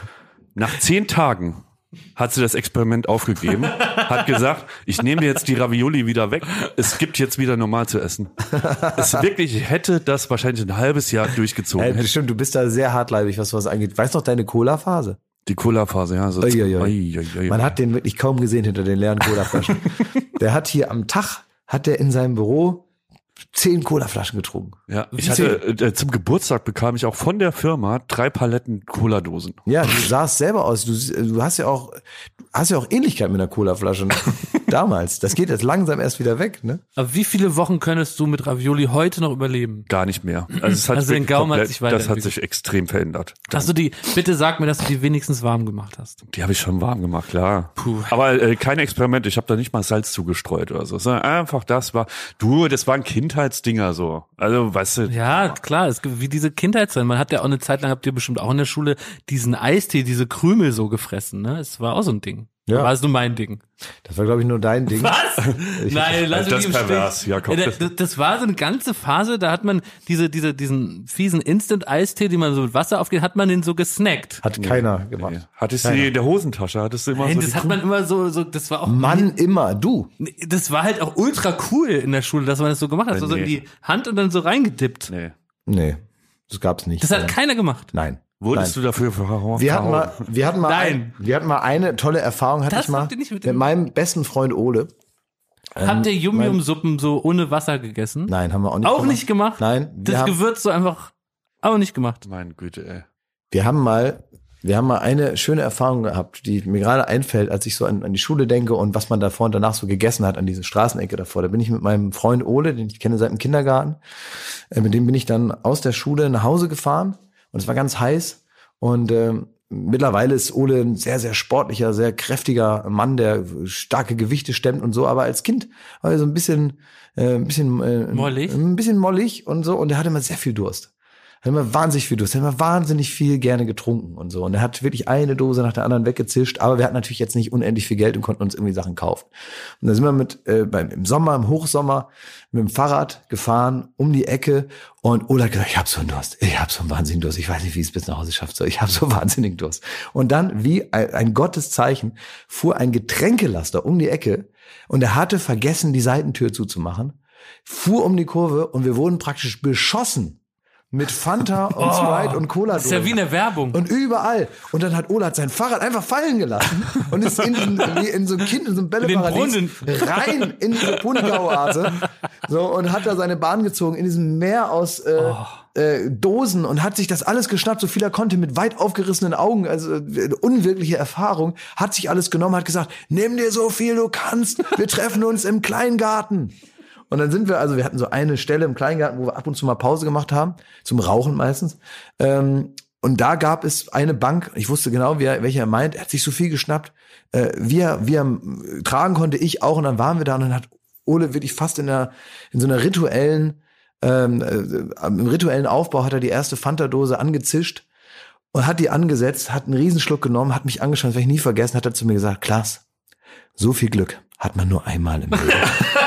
Nach zehn Tagen hat sie das Experiment aufgegeben, hat gesagt, ich nehme dir jetzt die Ravioli wieder weg, es gibt jetzt wieder normal zu essen. Es wirklich, ich hätte das wahrscheinlich ein halbes Jahr durchgezogen. Hey, stimmt, du bist da sehr hartleibig, was was angeht. Weißt du noch deine Cola-Phase? Die Cola-Phase, ja. So Ui, ui, ui. Ui, ui, ui. Man hat den wirklich kaum gesehen hinter den leeren Colaflaschen. Der hat hier am Tag, hat der in seinem Büro zehn Colaflaschen getrunken. Ja, ich hatte, äh, zum Geburtstag bekam ich auch von der Firma drei Paletten Cola-Dosen. Ja, du sahst selber aus. Du, du hast ja auch, hast ja auch Ähnlichkeit mit einer Colaflasche damals. Das geht jetzt langsam erst wieder weg, ne? Aber wie viele Wochen könntest du mit Ravioli heute noch überleben? Gar nicht mehr. Also, es hat Also dein wirklich Gaumen hat komplett, sich das hat weiterentwickelt. sich extrem verändert. Hast du die, bitte sag mir, dass du die wenigstens warm gemacht hast. Die habe ich schon warm gemacht, klar. Puh. Aber äh, kein Experiment. Ich habe da nicht mal Salz zugestreut oder so. Sondern einfach das war, du, das waren Kindheitsdinger so. Also, weißt du. Ja, klar, es gibt wie diese Kindheitszeit. Man hat ja auch eine Zeit lang, habt ihr bestimmt auch in der Schule diesen Eistee, diese Krümel so gefressen, ne? Es war auch so ein Ding. Ja. War es nur mein Ding. Das war, glaube ich, nur dein Ding. Was? Nein, lass das mich im pervers, Stich. Jakob. Ja, das, das war so eine ganze Phase, da hat man diese, diese, diesen fiesen Instant-Eistee, den man so mit Wasser aufgeht, hat man den so gesnackt. Hat keiner gemacht. Nee. Hattest du die in der Hosentasche? Hattest du immer Nein, so das die hat Kuh- man immer so, so, das war auch, Mann, immer, du. das war halt auch ultra cool in der Schule, dass man das so gemacht hat, so, so in Nee. die Hand und dann so reingedippt. Nee. Nee, das gab's nicht. Das hat Nein. keiner gemacht. Nein. Wurdest Nein. du dafür verhauen? Wir hatten mal, wir hatten mal, Nein. ein, wir hatten mal eine tolle Erfahrung, hatte Das ich mal habt ihr nicht mit mit, dem- meinem besten Freund Ole. Habt ihr mein- Yum-Yum-Suppen so ohne Wasser gegessen? Nein, haben wir auch nicht Auch gemacht. nicht gemacht? Nein, wir Das haben, Gewürz so einfach auch nicht gemacht. Meine Güte, ey. wir haben mal, wir haben mal eine schöne Erfahrung gehabt, die mir gerade einfällt, als ich so an, an die Schule denke und was man davor und danach so gegessen hat an diese Straßenecke davor. Da bin ich mit meinem Freund Ole, den ich kenne seit dem Kindergarten, äh, mit dem bin ich dann aus der Schule nach Hause gefahren und es war ganz heiß und ähm, mittlerweile ist Ole ein sehr, sehr sportlicher, sehr kräftiger Mann, der starke Gewichte stemmt und so, aber als Kind war er so ein bisschen, äh, ein bisschen, äh, Mollig? ein bisschen mollig und so und er hatte immer sehr viel Durst. Er hat immer wahnsinnig viel Durst, er hat immer wahnsinnig viel gerne getrunken und so. Und er hat wirklich eine Dose nach der anderen weggezischt, aber wir hatten natürlich jetzt nicht unendlich viel Geld und konnten uns irgendwie Sachen kaufen. Und dann sind wir mit äh, beim im Sommer, im Hochsommer, mit dem Fahrrad gefahren um die Ecke und Ola hat gesagt, ich habe so einen Durst, ich habe so einen wahnsinnigen Durst, ich weiß nicht, wie ich es bis nach Hause schafft, so, ich habe so wahnsinnigen Durst. Und dann, wie ein, ein Gotteszeichen, fuhr ein Getränkelaster um die Ecke und er hatte vergessen, die Seitentür zuzumachen, fuhr um die Kurve und wir wurden praktisch beschossen mit Fanta und Sprite und Cola. Das ist ja wie in der Werbung. Und überall. Und dann hat Ola sein Fahrrad einfach fallen gelassen und ist in, diesen, wie in so einem Kind, in so einem Bälleparadies rein in diese Punika-Oase. So, und hat da seine Bahn gezogen in diesem Meer aus äh, Oh. äh, Dosen und hat sich das alles geschnappt, so viel er konnte, mit weit aufgerissenen Augen, also äh, unwirkliche Erfahrung, hat sich alles genommen, hat gesagt, nimm dir so viel du kannst, wir treffen uns im Kleingarten. Und dann sind wir, also wir hatten so eine Stelle im Kleingarten, wo wir ab und zu mal Pause gemacht haben, zum Rauchen meistens. Ähm, und da gab es eine Bank, ich wusste genau, wie er, welche er meint, er hat sich so viel geschnappt, äh, wie, er, wie er tragen konnte, ich auch. Und dann waren wir da und dann hat Ole wirklich fast in, der, in so einer rituellen, ähm, äh, im rituellen Aufbau hat er die erste Fanta-Dose angezischt und hat die angesetzt, hat einen Riesenschluck genommen, hat mich angeschaut, das werde ich nie vergessen, hat er zu mir gesagt, Klaas, so viel Glück hat man nur einmal im Leben.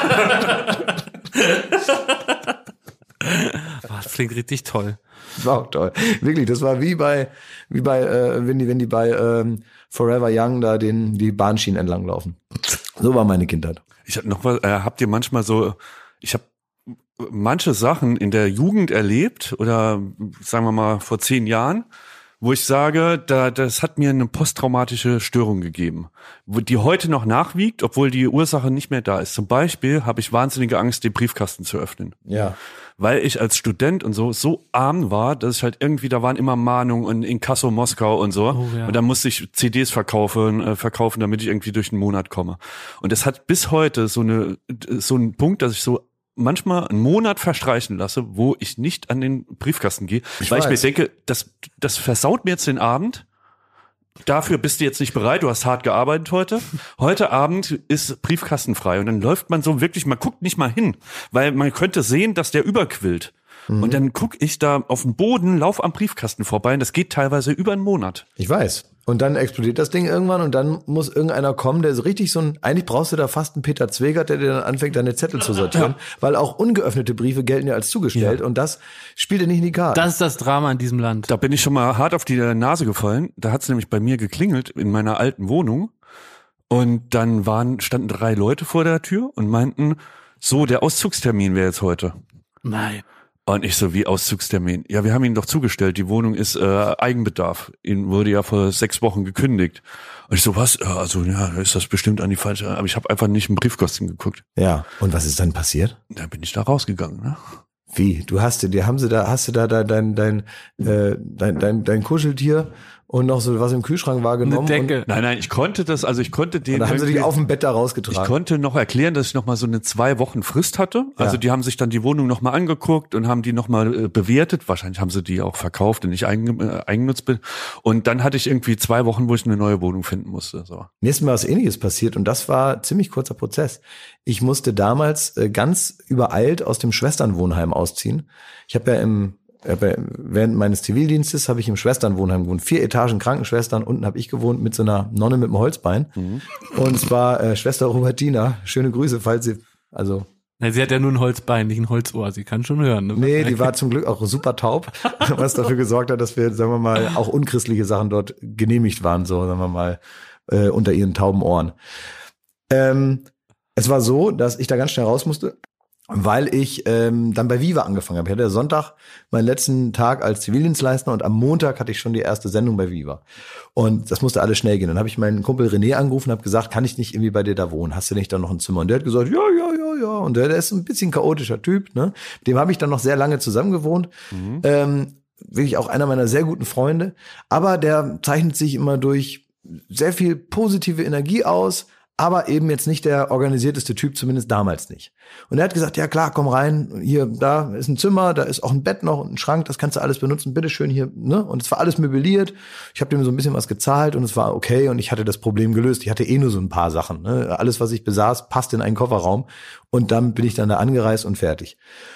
Boah, das klingt richtig toll. Das war auch toll. Wirklich, das war wie bei, wie bei, äh, wenn die, wenn die bei ähm, Forever Young da den, die Bahnschienen entlang laufen. So war meine Kindheit. Ich hab noch was, äh, habt ihr manchmal so, ich habe manche Sachen in der Jugend erlebt oder sagen wir mal vor zehn Jahren, wo ich sage, da, das hat mir eine posttraumatische Störung gegeben, wo die heute noch nachwiegt, obwohl die Ursache nicht mehr da ist. Zum Beispiel habe ich wahnsinnige Angst, den Briefkasten zu öffnen. Ja. Weil ich als Student und so so arm war, dass ich halt irgendwie, da waren immer Mahnungen und Inkasso Moskau und so. Oh, ja. Und da musste ich C Ds verkaufen, äh, verkaufen, damit ich irgendwie durch den Monat komme. Und es hat bis heute so eine so einen Punkt, dass ich so manchmal einen Monat verstreichen lasse, wo ich nicht an den Briefkasten gehe, Ich weil weiß. ich mir denke, das, das versaut mir jetzt den Abend. Dafür bist du jetzt nicht bereit, du hast hart gearbeitet heute. Heute Abend ist briefkastenfrei und dann läuft man so wirklich, man guckt nicht mal hin, weil man könnte sehen, dass der überquillt. Mhm. Und dann gucke ich da auf den Boden, lauf am Briefkasten vorbei und das geht teilweise über einen Monat. Ich weiß. Und dann explodiert das Ding irgendwann und dann muss irgendeiner kommen, der so richtig so ein, eigentlich brauchst du da fast einen Peter Zwegert, der dir dann anfängt, deine Zettel zu sortieren, ja. weil auch ungeöffnete Briefe gelten ja als zugestellt ja. und das spielt dir nicht in die Karte. Das ist das Drama in diesem Land. Da bin ich schon mal hart auf die Nase gefallen. Da hat es nämlich bei mir geklingelt in meiner alten Wohnung und dann waren, standen drei Leute vor der Tür und meinten, so, der Auszugstermin wäre jetzt heute. Nein. Und ich so, wie Auszugstermin? Ja, wir haben ihn doch zugestellt. Die Wohnung ist äh, Eigenbedarf. Ihnen wurde ja vor sechs Wochen gekündigt. Und ich so, was? Ja, also, ja, ist das bestimmt an die falsche. Aber ich habe einfach nicht im Briefkasten geguckt. Ja. Und was ist dann passiert? Da bin ich da rausgegangen, ne? Wie? Du hast dir, haben sie da, hast du da dein, dein, dein, äh, dein, dein, dein Kuscheltier und noch so was im Kühlschrank wahrgenommen? Eine Decke. Nein, nein, ich konnte das, also ich konnte den. Und dann haben sie dich auf dem Bett da Ich rausgetragen. konnte noch erklären, dass ich noch mal so eine zwei Wochen Frist hatte. Also Ja. die haben sich dann die Wohnung noch mal angeguckt und haben die noch mal äh, bewertet. Wahrscheinlich haben sie die auch verkauft und nicht eigen, äh, eigennutzt. Und dann hatte ich irgendwie zwei Wochen, wo ich eine neue Wohnung finden musste. So. Mir ist mal was Ähnliches passiert und das war ziemlich kurzer Prozess. Ich musste damals äh, ganz übereilt aus dem Schwesternwohnheim ausziehen. Ich habe ja im hab ja, während meines Zivildienstes habe ich im Schwesternwohnheim gewohnt. Vier Etagen Krankenschwestern, unten habe ich gewohnt mit so einer Nonne mit einem Holzbein. Mhm. Und zwar äh, Schwester Robertina. Schöne Grüße, falls sie, also Na, sie hat ja nur ein Holzbein, nicht ein Holzohr. Sie kann schon hören. Ne? nee, die war zum Glück auch super taub, was dafür gesorgt hat, dass wir, sagen wir mal, auch unchristliche Sachen dort genehmigt waren, so sagen wir mal, äh, unter ihren tauben Ohren. Ähm, es war so, dass ich da ganz schnell raus musste, weil ich ähm, dann bei Viva angefangen habe. Ich hatte ja Sonntag meinen letzten Tag als Zivildienstleister und am Montag hatte ich schon die erste Sendung bei Viva. Und das musste alles schnell gehen. Dann habe ich meinen Kumpel René angerufen und habe gesagt, kann ich nicht irgendwie bei dir da wohnen? Hast du nicht da noch ein Zimmer? Und der hat gesagt, ja, ja, ja, ja. Und der, der ist ein bisschen chaotischer Typ. Ne? Mit dem habe ich dann noch sehr lange zusammen gewohnt. Mhm. Ähm, wirklich auch einer meiner sehr guten Freunde. Aber der zeichnet sich immer durch sehr viel positive Energie aus, aber eben jetzt nicht der organisierteste Typ, zumindest damals nicht. Und er hat gesagt, ja klar, komm rein, hier, da ist ein Zimmer, da ist auch ein Bett noch und ein Schrank, das kannst du alles benutzen, bitteschön hier, ne? Und es war alles möbliert, ich habe dem so ein bisschen was gezahlt und es war okay und ich hatte das Problem gelöst. Ich hatte eh nur so ein paar Sachen, ne? Alles, was ich besaß, passt in einen Kofferraum und dann bin ich dann da angereist und fertig.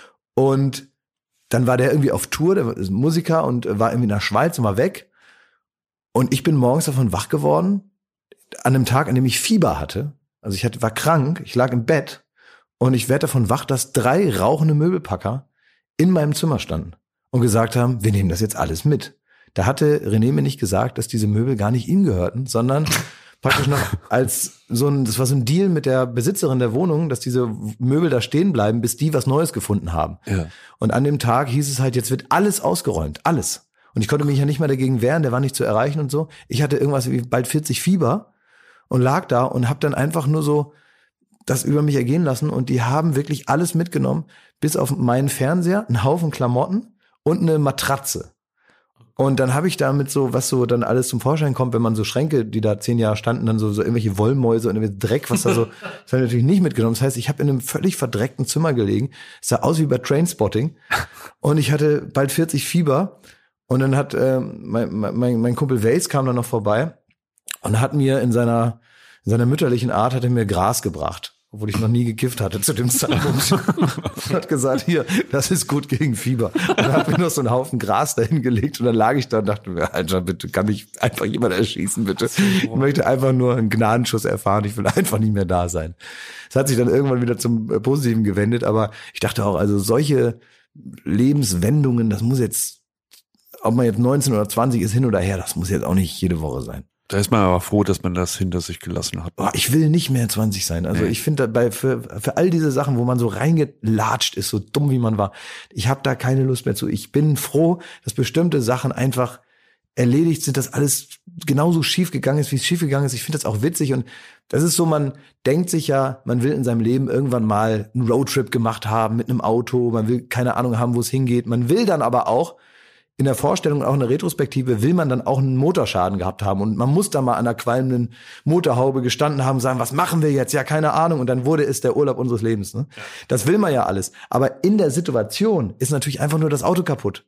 Und dann war der irgendwie auf Tour, der ist Musiker und war irgendwie in der Schweiz und war weg. Und ich bin morgens davon wach geworden, an einem Tag, an dem ich Fieber hatte, also ich hatte, war krank, ich lag im Bett und ich werde davon wach, dass drei rauchende Möbelpacker in meinem Zimmer standen und gesagt haben, wir nehmen das jetzt alles mit. Da hatte René mir nicht gesagt, dass diese Möbel gar nicht ihm gehörten, sondern praktisch noch als so ein, das war so ein Deal mit der Besitzerin der Wohnung, dass diese Möbel da stehen bleiben, bis die was Neues gefunden haben. Ja. Und an dem Tag hieß es halt, jetzt wird alles ausgeräumt, alles. Und ich konnte mich ja nicht mal dagegen wehren, der war nicht zu erreichen und so. Ich hatte irgendwas wie bald vierzig Fieber und lag da und habe dann einfach nur so das über mich ergehen lassen und die haben wirklich alles mitgenommen, bis auf meinen Fernseher, einen Haufen Klamotten und eine Matratze. Und dann habe ich damit so, was so dann alles zum Vorschein kommt, wenn man so Schränke, die da zehn Jahre standen, dann so, so irgendwelche Wollmäuse und irgendwelche Dreck, was da so, das habe ich natürlich nicht mitgenommen. Das heißt, ich habe in einem völlig verdreckten Zimmer gelegen. Es sah aus wie bei Trainspotting und ich hatte bald vierzig Fieber und dann hat äh, mein, mein, mein Kumpel Wales kam dann noch vorbei und hat mir in seiner, in seiner mütterlichen Art hat er mir Gras gebracht, obwohl ich noch nie gekifft hatte zu dem Zeitpunkt. Und hat gesagt, hier, das ist gut gegen Fieber. Und dann hat mir noch so einen Haufen Gras dahin gelegt und dann lag ich da und dachte mir, Alter, bitte, kann mich einfach jemand erschießen, bitte. Ich möchte einfach nur einen Gnadenschuss erfahren, ich will einfach nicht mehr da sein. Es hat sich dann irgendwann wieder zum Positiven gewendet, aber ich dachte auch, also solche Lebenswendungen, das muss jetzt, ob man jetzt neunzehn oder zwanzig ist, hin oder her, das muss jetzt auch nicht jede Woche sein. Da ist man aber froh, dass man das hinter sich gelassen hat. Boah, ich will nicht mehr zwanzig sein. Also nee. Ich finde, bei für, für all diese Sachen, wo man so reingelatscht ist, so dumm wie man war, ich habe da keine Lust mehr zu. Ich bin froh, dass bestimmte Sachen einfach erledigt sind, dass alles genauso schief gegangen ist, wie es schief gegangen ist. Ich finde das auch witzig und das ist so, man denkt sich ja, man will in seinem Leben irgendwann mal einen Roadtrip gemacht haben mit einem Auto, man will keine Ahnung haben, wo es hingeht. Man will dann aber auch in der Vorstellung, auch in der Retrospektive, will man dann auch einen Motorschaden gehabt haben und man muss da mal an einer qualmenden Motorhaube gestanden haben, sagen, was machen wir jetzt? Ja, keine Ahnung. Und dann wurde es der Urlaub unseres Lebens. Ne? Ja. Das will man ja alles. Aber in der Situation ist natürlich einfach nur das Auto kaputt.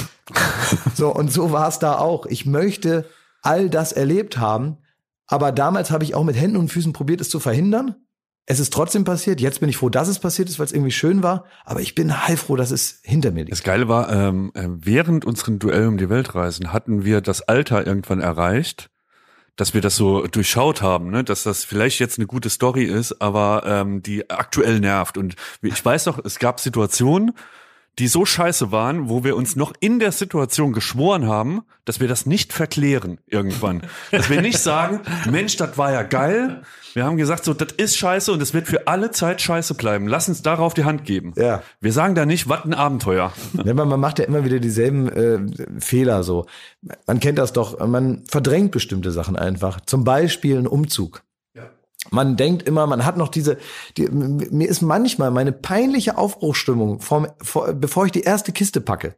So, und so war es da auch. Ich möchte all das erlebt haben, aber damals habe ich auch mit Händen und Füßen probiert, es zu verhindern. Es ist trotzdem passiert. Jetzt bin ich froh, dass es passiert ist, weil es irgendwie schön war. Aber ich bin heilfroh, dass es hinter mir liegt. Das Geile war, ähm, während unseren Duell um die Weltreisen hatten wir das Alter irgendwann erreicht, dass wir das so durchschaut haben, ne? Dass das vielleicht jetzt eine gute Story ist, aber ähm, die aktuell nervt. Und ich weiß noch, es gab Situationen, die so scheiße waren, wo wir uns noch in der Situation geschworen haben, dass wir das nicht verklären irgendwann. Dass wir nicht sagen, Mensch, das war ja geil. Wir haben gesagt, so, das ist scheiße und es wird für alle Zeit scheiße bleiben. Lass uns darauf die Hand geben. Ja. Wir sagen da nicht, was ein Abenteuer. Ja, man macht ja immer wieder dieselben äh, Fehler so. Man kennt das doch, man verdrängt bestimmte Sachen einfach. Zum Beispiel ein Umzug. Man denkt immer, man hat noch diese, die, mir ist manchmal meine peinliche Aufbruchsstimmung, vom, vor, bevor ich die erste Kiste packe,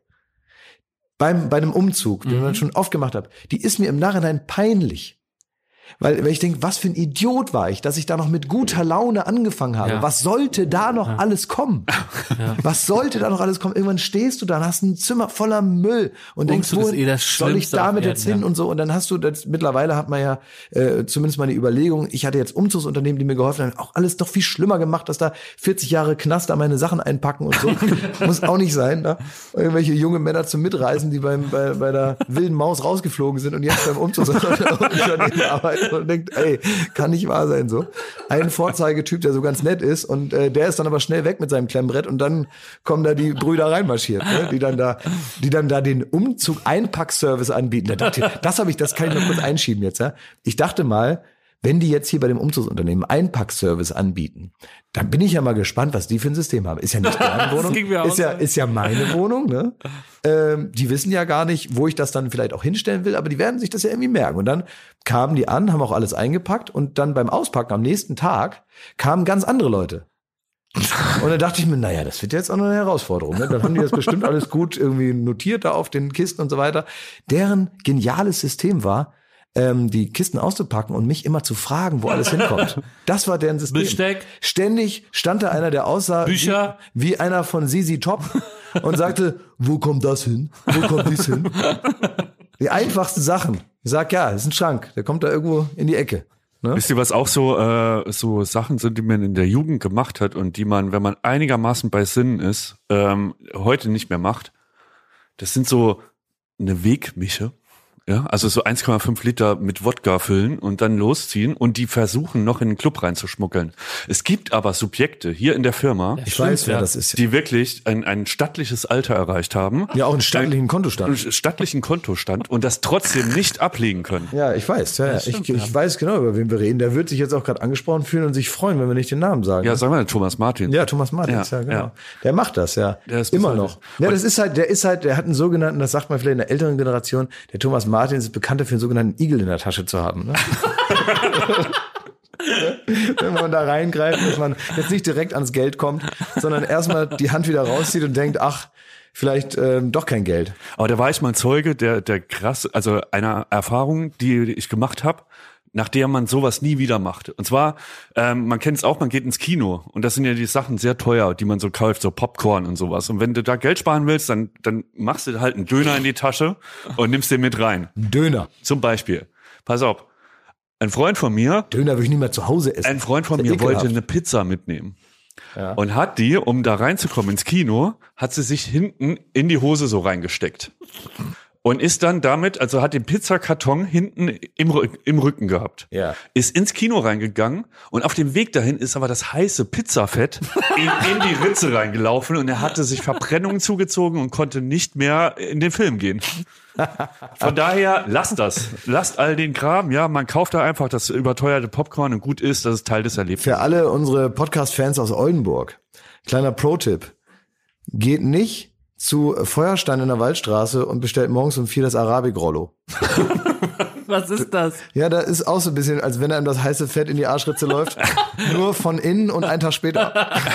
beim, bei einem Umzug, den Mhm. ich schon oft gemacht habe, die ist mir im Nachhinein peinlich. Weil, weil ich denke, was für ein Idiot war ich, dass ich da noch mit guter Laune angefangen habe. Ja. Was sollte da noch Ja. alles kommen? Ja. Was sollte da noch alles kommen? Irgendwann stehst du da und hast ein Zimmer voller Müll und denkst, Umzug wo ist eh das soll ich Schlimmste damit auf jetzt Erden, hin ja. und so? Und dann hast du, das, mittlerweile hat man ja äh, zumindest mal eine Überlegung, ich hatte jetzt Umzugsunternehmen, die mir geholfen haben, auch alles doch viel schlimmer gemacht, dass da vierzig Jahre Knast da meine Sachen einpacken und so. Muss auch nicht sein, ne? Irgendwelche junge Männer zum Mitreisen, die beim, bei, bei der wilden Maus rausgeflogen sind und jetzt beim Umzugsunternehmen arbeiten und denkt, ey, kann nicht wahr sein so. Ein Vorzeigetyp, der so ganz nett ist und äh, der ist dann aber schnell weg mit seinem Klemmbrett und dann kommen da die Brüder reinmarschiert, ne? die dann da, die dann da den Umzug Einpackservice anbieten. Da dachte ich, das habe ich, das kann ich noch kurz einschieben jetzt. Ja? Ich dachte mal, wenn die jetzt hier bei dem Umzugsunternehmen Einpackservice anbieten, dann bin ich ja mal gespannt, was die für ein System haben. Ist ja nicht deren Wohnung, ging mir auch ist ja, so. ist ja meine Wohnung. Ne? Ähm, die wissen ja gar nicht, wo ich das dann vielleicht auch hinstellen will, aber die werden sich das ja irgendwie merken. Und dann kamen die an, haben auch alles eingepackt und dann beim Auspacken am nächsten Tag kamen ganz andere Leute. Und dann dachte ich mir, naja, das wird jetzt auch noch eine Herausforderung. Ne? Dann haben die das bestimmt alles gut irgendwie notiert da auf den Kisten und so weiter. Deren geniales System war, ähm, die Kisten auszupacken und mich immer zu fragen, wo alles hinkommt. Das war deren System. Besteck. Ständig stand da einer, der aussah Bücher. Wie, wie einer von Z Z Top und sagte, wo kommt das hin? Wo kommt dies hin? Die einfachsten Sachen. Ich sag, ja, das ist ein Schrank. Der kommt da irgendwo in die Ecke. Ne? Wisst ihr, was auch so äh, so Sachen sind, die man in der Jugend gemacht hat und die man, wenn man einigermaßen bei Sinnen ist, ähm, heute nicht mehr macht? Das sind so eine Wegmische. Ja, also so eins Komma fünf Liter mit Wodka füllen und dann losziehen und die versuchen noch in den Club reinzuschmuggeln. Es gibt aber Subjekte hier in der Firma, Ich Stimmt, weiß, wer ja. das ist. die wirklich ein, ein stattliches Alter erreicht haben. Ja, auch einen stattlichen Kontostand. Einen stattlichen Kontostand und das trotzdem nicht ablegen können. Ja, ich weiß. Ja, ja. stimmt, ich, ja. ich weiß genau, über wen wir reden. Der wird sich jetzt auch gerade angesprochen fühlen und sich freuen, wenn wir nicht den Namen sagen. Ja, sagen wir Thomas Martin. Ja, Thomas Martins, ja, Ja, genau. ja. Der macht das, ja. Der ist Immer besonders. noch. Ja, das ist halt, der ist halt, der hat einen sogenannten, das sagt man vielleicht in der älteren Generation, der Thomas Martins ist bekannt dafür, einen sogenannten Igel in der Tasche zu haben. Ne? Wenn man da reingreift, dass man jetzt nicht direkt ans Geld kommt, sondern erstmal die Hand wieder rauszieht und denkt, ach, vielleicht ähm, doch kein Geld. Aber da war ich mal Zeuge der, der krass, also einer Erfahrung, die ich gemacht habe, nach der man sowas nie wieder macht. Und zwar, ähm, man kennt es auch, man geht ins Kino und das sind ja die Sachen sehr teuer, die man so kauft, so Popcorn und sowas. Und wenn du da Geld sparen willst, dann, dann machst du halt einen Döner in die Tasche und nimmst den mit rein. Ein Döner. Zum Beispiel. Pass auf. Ein Freund von mir, Döner würde ich nicht mehr zu Hause essen. ein Freund von Das ist mir wollte ekelhaft. eine Pizza mitnehmen. Ja. Und hat die, um da reinzukommen ins Kino, hat sie sich hinten in die Hose so reingesteckt. Und ist dann damit, also hat den Pizzakarton hinten im, Rü- im Rücken gehabt. Ja. Ist ins Kino reingegangen und auf dem Weg dahin ist aber das heiße Pizzafett in, in die Ritze reingelaufen und er hatte sich Verbrennungen zugezogen und konnte nicht mehr in den Film gehen. Von daher, lasst das. Lasst all den Kram. Ja, man kauft da einfach das überteuerte Popcorn und gut ist, das ist Teil des Erlebnisses. Für alle unsere Podcast-Fans aus Oldenburg, kleiner Pro-Tipp. Geht nicht zu Feuerstein in der Waldstraße und bestellt morgens um vier das Arabik-Rollo. Was ist das? Ja, da ist auch so ein bisschen, als wenn einem das heiße Fett in die Arschritze läuft. Nur von innen und einen Tag später.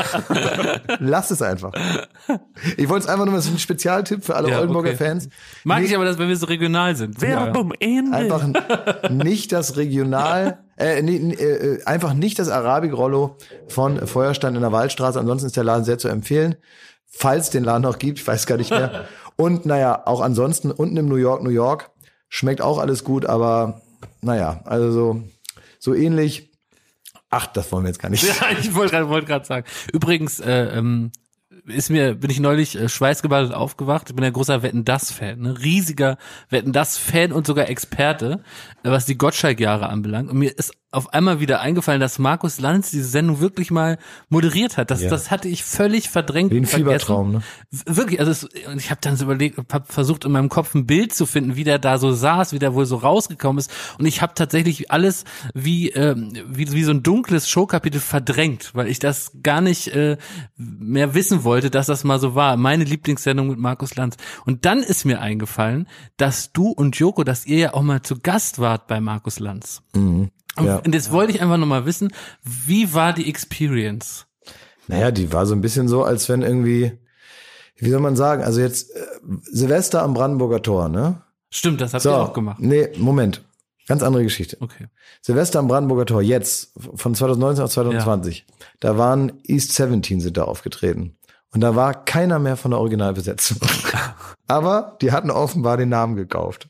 Lass es einfach. Ich wollte es einfach nur mal, das ist ein Spezialtipp für alle Ja, Oldenburger okay. Fans. Mag Nee, ich aber, dass wenn wir so regional sind. Werbung Ende. Einfach nicht das Regional, äh, nee, nee, äh, einfach nicht das Arabik-Rollo von Feuerstein in der Waldstraße. Ansonsten ist der Laden sehr zu empfehlen. Falls es den Laden noch gibt, ich weiß gar nicht mehr. Und naja, auch ansonsten unten im New York, New York, schmeckt auch alles gut, aber naja, also so, so ähnlich. Ach, das wollen wir jetzt gar nicht. Ja, ich wollte gerade wollt gerade sagen. Übrigens, äh, ähm, ist mir, bin ich neulich äh, schweißgebadet aufgewacht. Ich bin ein großer Wetten-Das-Fan, ne? Riesiger Wetten-Das-Fan und sogar Experte, äh, was die Gottschalk-Jahre anbelangt. Und mir ist auf einmal wieder eingefallen, dass Markus Lanz diese Sendung wirklich mal moderiert hat. Das, Ja. das hatte ich völlig verdrängt. Wie ein vergessen. Fiebertraum, ne? W- Wirklich, also es, und ich habe dann so überlegt, habe versucht in meinem Kopf ein Bild zu finden, wie der da so saß, wie der wohl so rausgekommen ist. Und ich habe tatsächlich alles wie, ähm, wie wie so ein dunkles Showkapitel verdrängt, weil ich das gar nicht äh, mehr wissen wollte, dass das mal so war. Meine Lieblingssendung mit Markus Lanz. Und dann ist mir eingefallen, dass du und Joko, dass ihr ja auch mal zu Gast wart bei Markus Lanz. Mhm. Ja. Und jetzt wollte ich einfach nochmal wissen, wie war die Experience? Naja, die war so ein bisschen so, als wenn irgendwie, wie soll man sagen, also jetzt äh, Silvester am Brandenburger Tor, ne? Stimmt, das habt So, ihr auch gemacht. nee, Moment, ganz andere Geschichte. Okay. Silvester am Brandenburger Tor, jetzt, von zwanzig neunzehn auf zwanzig zwanzig, da waren East siebzehn sind da aufgetreten. Und da war keiner mehr von der Originalbesetzung. Aber die hatten offenbar den Namen gekauft.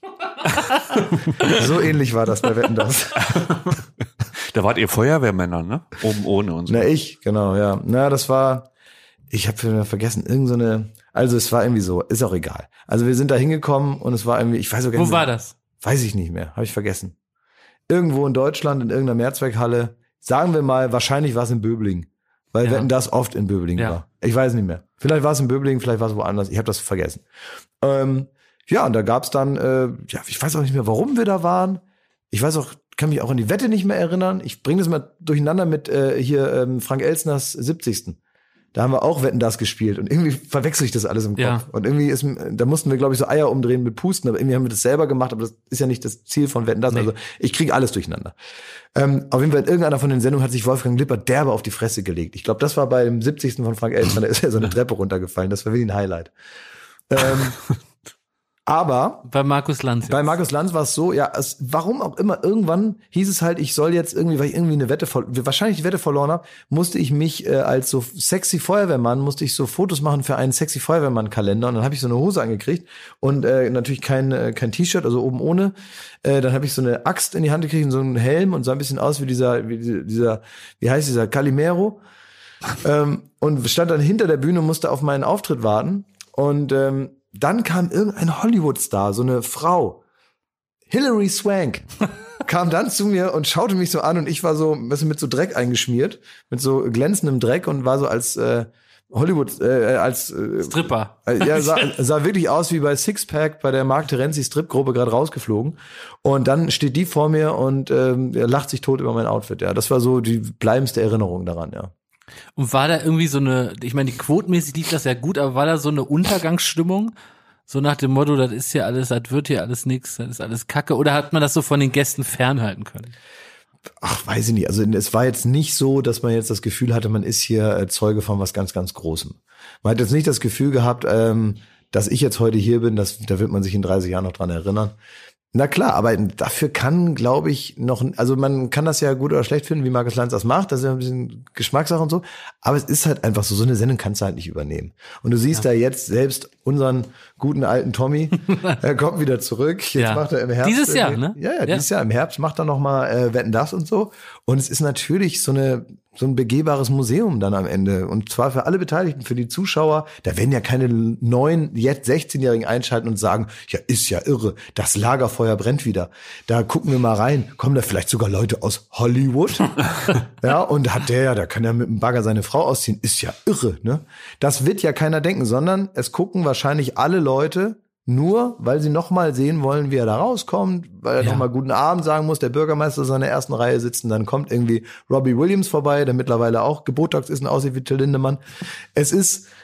So ähnlich war das bei Wetten, das. Da wart ihr Feuerwehrmänner, ne? Oben ohne und so. Na, ich, genau, ja. Na, das war, ich habe vergessen, irgend so eine, also es war irgendwie so, ist auch egal. Also wir sind da hingekommen und es war irgendwie, ich weiß auch gar nicht. Wo war das? Weiß ich nicht mehr, habe ich vergessen. Irgendwo in Deutschland, in irgendeiner Mehrzweckhalle, sagen wir mal, wahrscheinlich war es in Böblingen. Weil Ja. Wetten, das oft in Böblingen Ja. war. Ich weiß nicht mehr. Vielleicht war es in Böblingen, vielleicht war es woanders. Ich habe das vergessen. Ähm, ja, und da gab's dann, äh, ja, ich weiß auch nicht mehr, warum wir da waren. Ich weiß auch, kann mich auch an die Wette nicht mehr erinnern. Ich bringe das mal durcheinander mit äh, hier ähm, Frank Elstners siebzigsten Da haben wir auch Wetten, das gespielt und irgendwie verwechsel ich das alles im Kopf. Ja. Und irgendwie ist, da mussten wir, glaube ich, so Eier umdrehen mit Pusten, aber irgendwie haben wir das selber gemacht, aber das ist ja nicht das Ziel von Wetten, das. Nee. Also ich kriege alles durcheinander. Ähm, auf jeden Fall, in irgendeiner von den Sendungen hat sich Wolfgang Lippert derbe auf die Fresse gelegt. Ich glaube, das war bei dem siebzigsten von Frank Elstner, da ist er so eine Treppe runtergefallen. Das war wirklich ein Highlight. Ähm, aber Bei Markus Lanz. bei jetzt. Markus Lanz war es so, ja, es, warum auch immer, irgendwann hieß es halt, ich soll jetzt irgendwie, weil ich irgendwie eine Wette, ver- wahrscheinlich die Wette verloren habe, musste ich mich äh, als so sexy Feuerwehrmann, musste ich so Fotos machen für einen sexy Feuerwehrmann-Kalender und dann habe ich so eine Hose angekriegt und äh, natürlich kein äh, kein T-Shirt, also oben ohne. Äh, dann habe ich so eine Axt in die Hand gekriegt und so einen Helm und sah ein bisschen aus wie dieser, wie dieser- dieser, wie heißt dieser, Calimero. ähm, und stand dann hinter der Bühne und musste auf meinen Auftritt warten und ähm, dann kam irgendein Hollywood-Star, so eine Frau, Hilary Swank, kam dann zu mir und schaute mich so an und ich war so ein bisschen mit so Dreck eingeschmiert, mit so glänzendem Dreck und war so als äh, Hollywood, äh, als äh, Stripper. äh, ja, sah, sah wirklich aus wie bei Sixpack bei der Mark Terenzi Stripgruppe gerade rausgeflogen. Und dann steht die vor mir und ähm, er lacht sich tot über mein Outfit. Ja, das war so die bleibendste Erinnerung daran, ja. Und war da irgendwie so eine, ich meine, die quotenmäßig lief das ja gut, aber war da so eine Untergangsstimmung? So nach dem Motto, das ist ja alles, das wird hier alles nix, das ist alles Kacke. Oder hat man das so von den Gästen fernhalten können? Ach, weiß ich nicht. Also es war jetzt nicht so, dass man jetzt das Gefühl hatte, man ist hier äh, Zeuge von was ganz, ganz Großem. Man hat jetzt nicht das Gefühl gehabt, ähm, dass ich jetzt heute hier bin, das, da wird man sich in dreißig Jahren noch dran erinnern. Na klar, aber dafür kann, glaube ich, noch, also man kann das ja gut oder schlecht finden, wie Markus Lanz das macht, das ist ja ein bisschen Geschmackssache und so, aber es ist halt einfach so, so eine Sendung kannst du halt nicht übernehmen. Und du siehst ja. da jetzt selbst unseren guten alten Tommy, er kommt wieder zurück, jetzt Ja. macht er im Herbst. Dieses Jahr, ne? Ja, ja, Ja. dieses Jahr im Herbst macht er nochmal äh, Wetten, das und so. Und es ist natürlich so eine, so ein begehbares Museum dann am Ende. Und zwar für alle Beteiligten, für die Zuschauer. Da werden ja keine neuen, jetzt sechzehnjährigen einschalten und sagen, ja, ist ja irre, das Lagerfeuer brennt wieder. Da gucken wir mal rein. Kommen da vielleicht sogar Leute aus Hollywood? Ja, und hat der ja, da kann er mit dem Bagger seine Frau ausziehen. Ist ja irre, ne? Das wird ja keiner denken, sondern es gucken wahrscheinlich alle Leute, nur weil sie noch mal sehen wollen, wie er da rauskommt, weil er Ja. noch mal guten Abend sagen muss, der Bürgermeister ist in der ersten Reihe sitzen, dann kommt irgendwie Robbie Williams vorbei, der mittlerweile auch gebotox ist und aussieht wie Till Lindemann. Es ist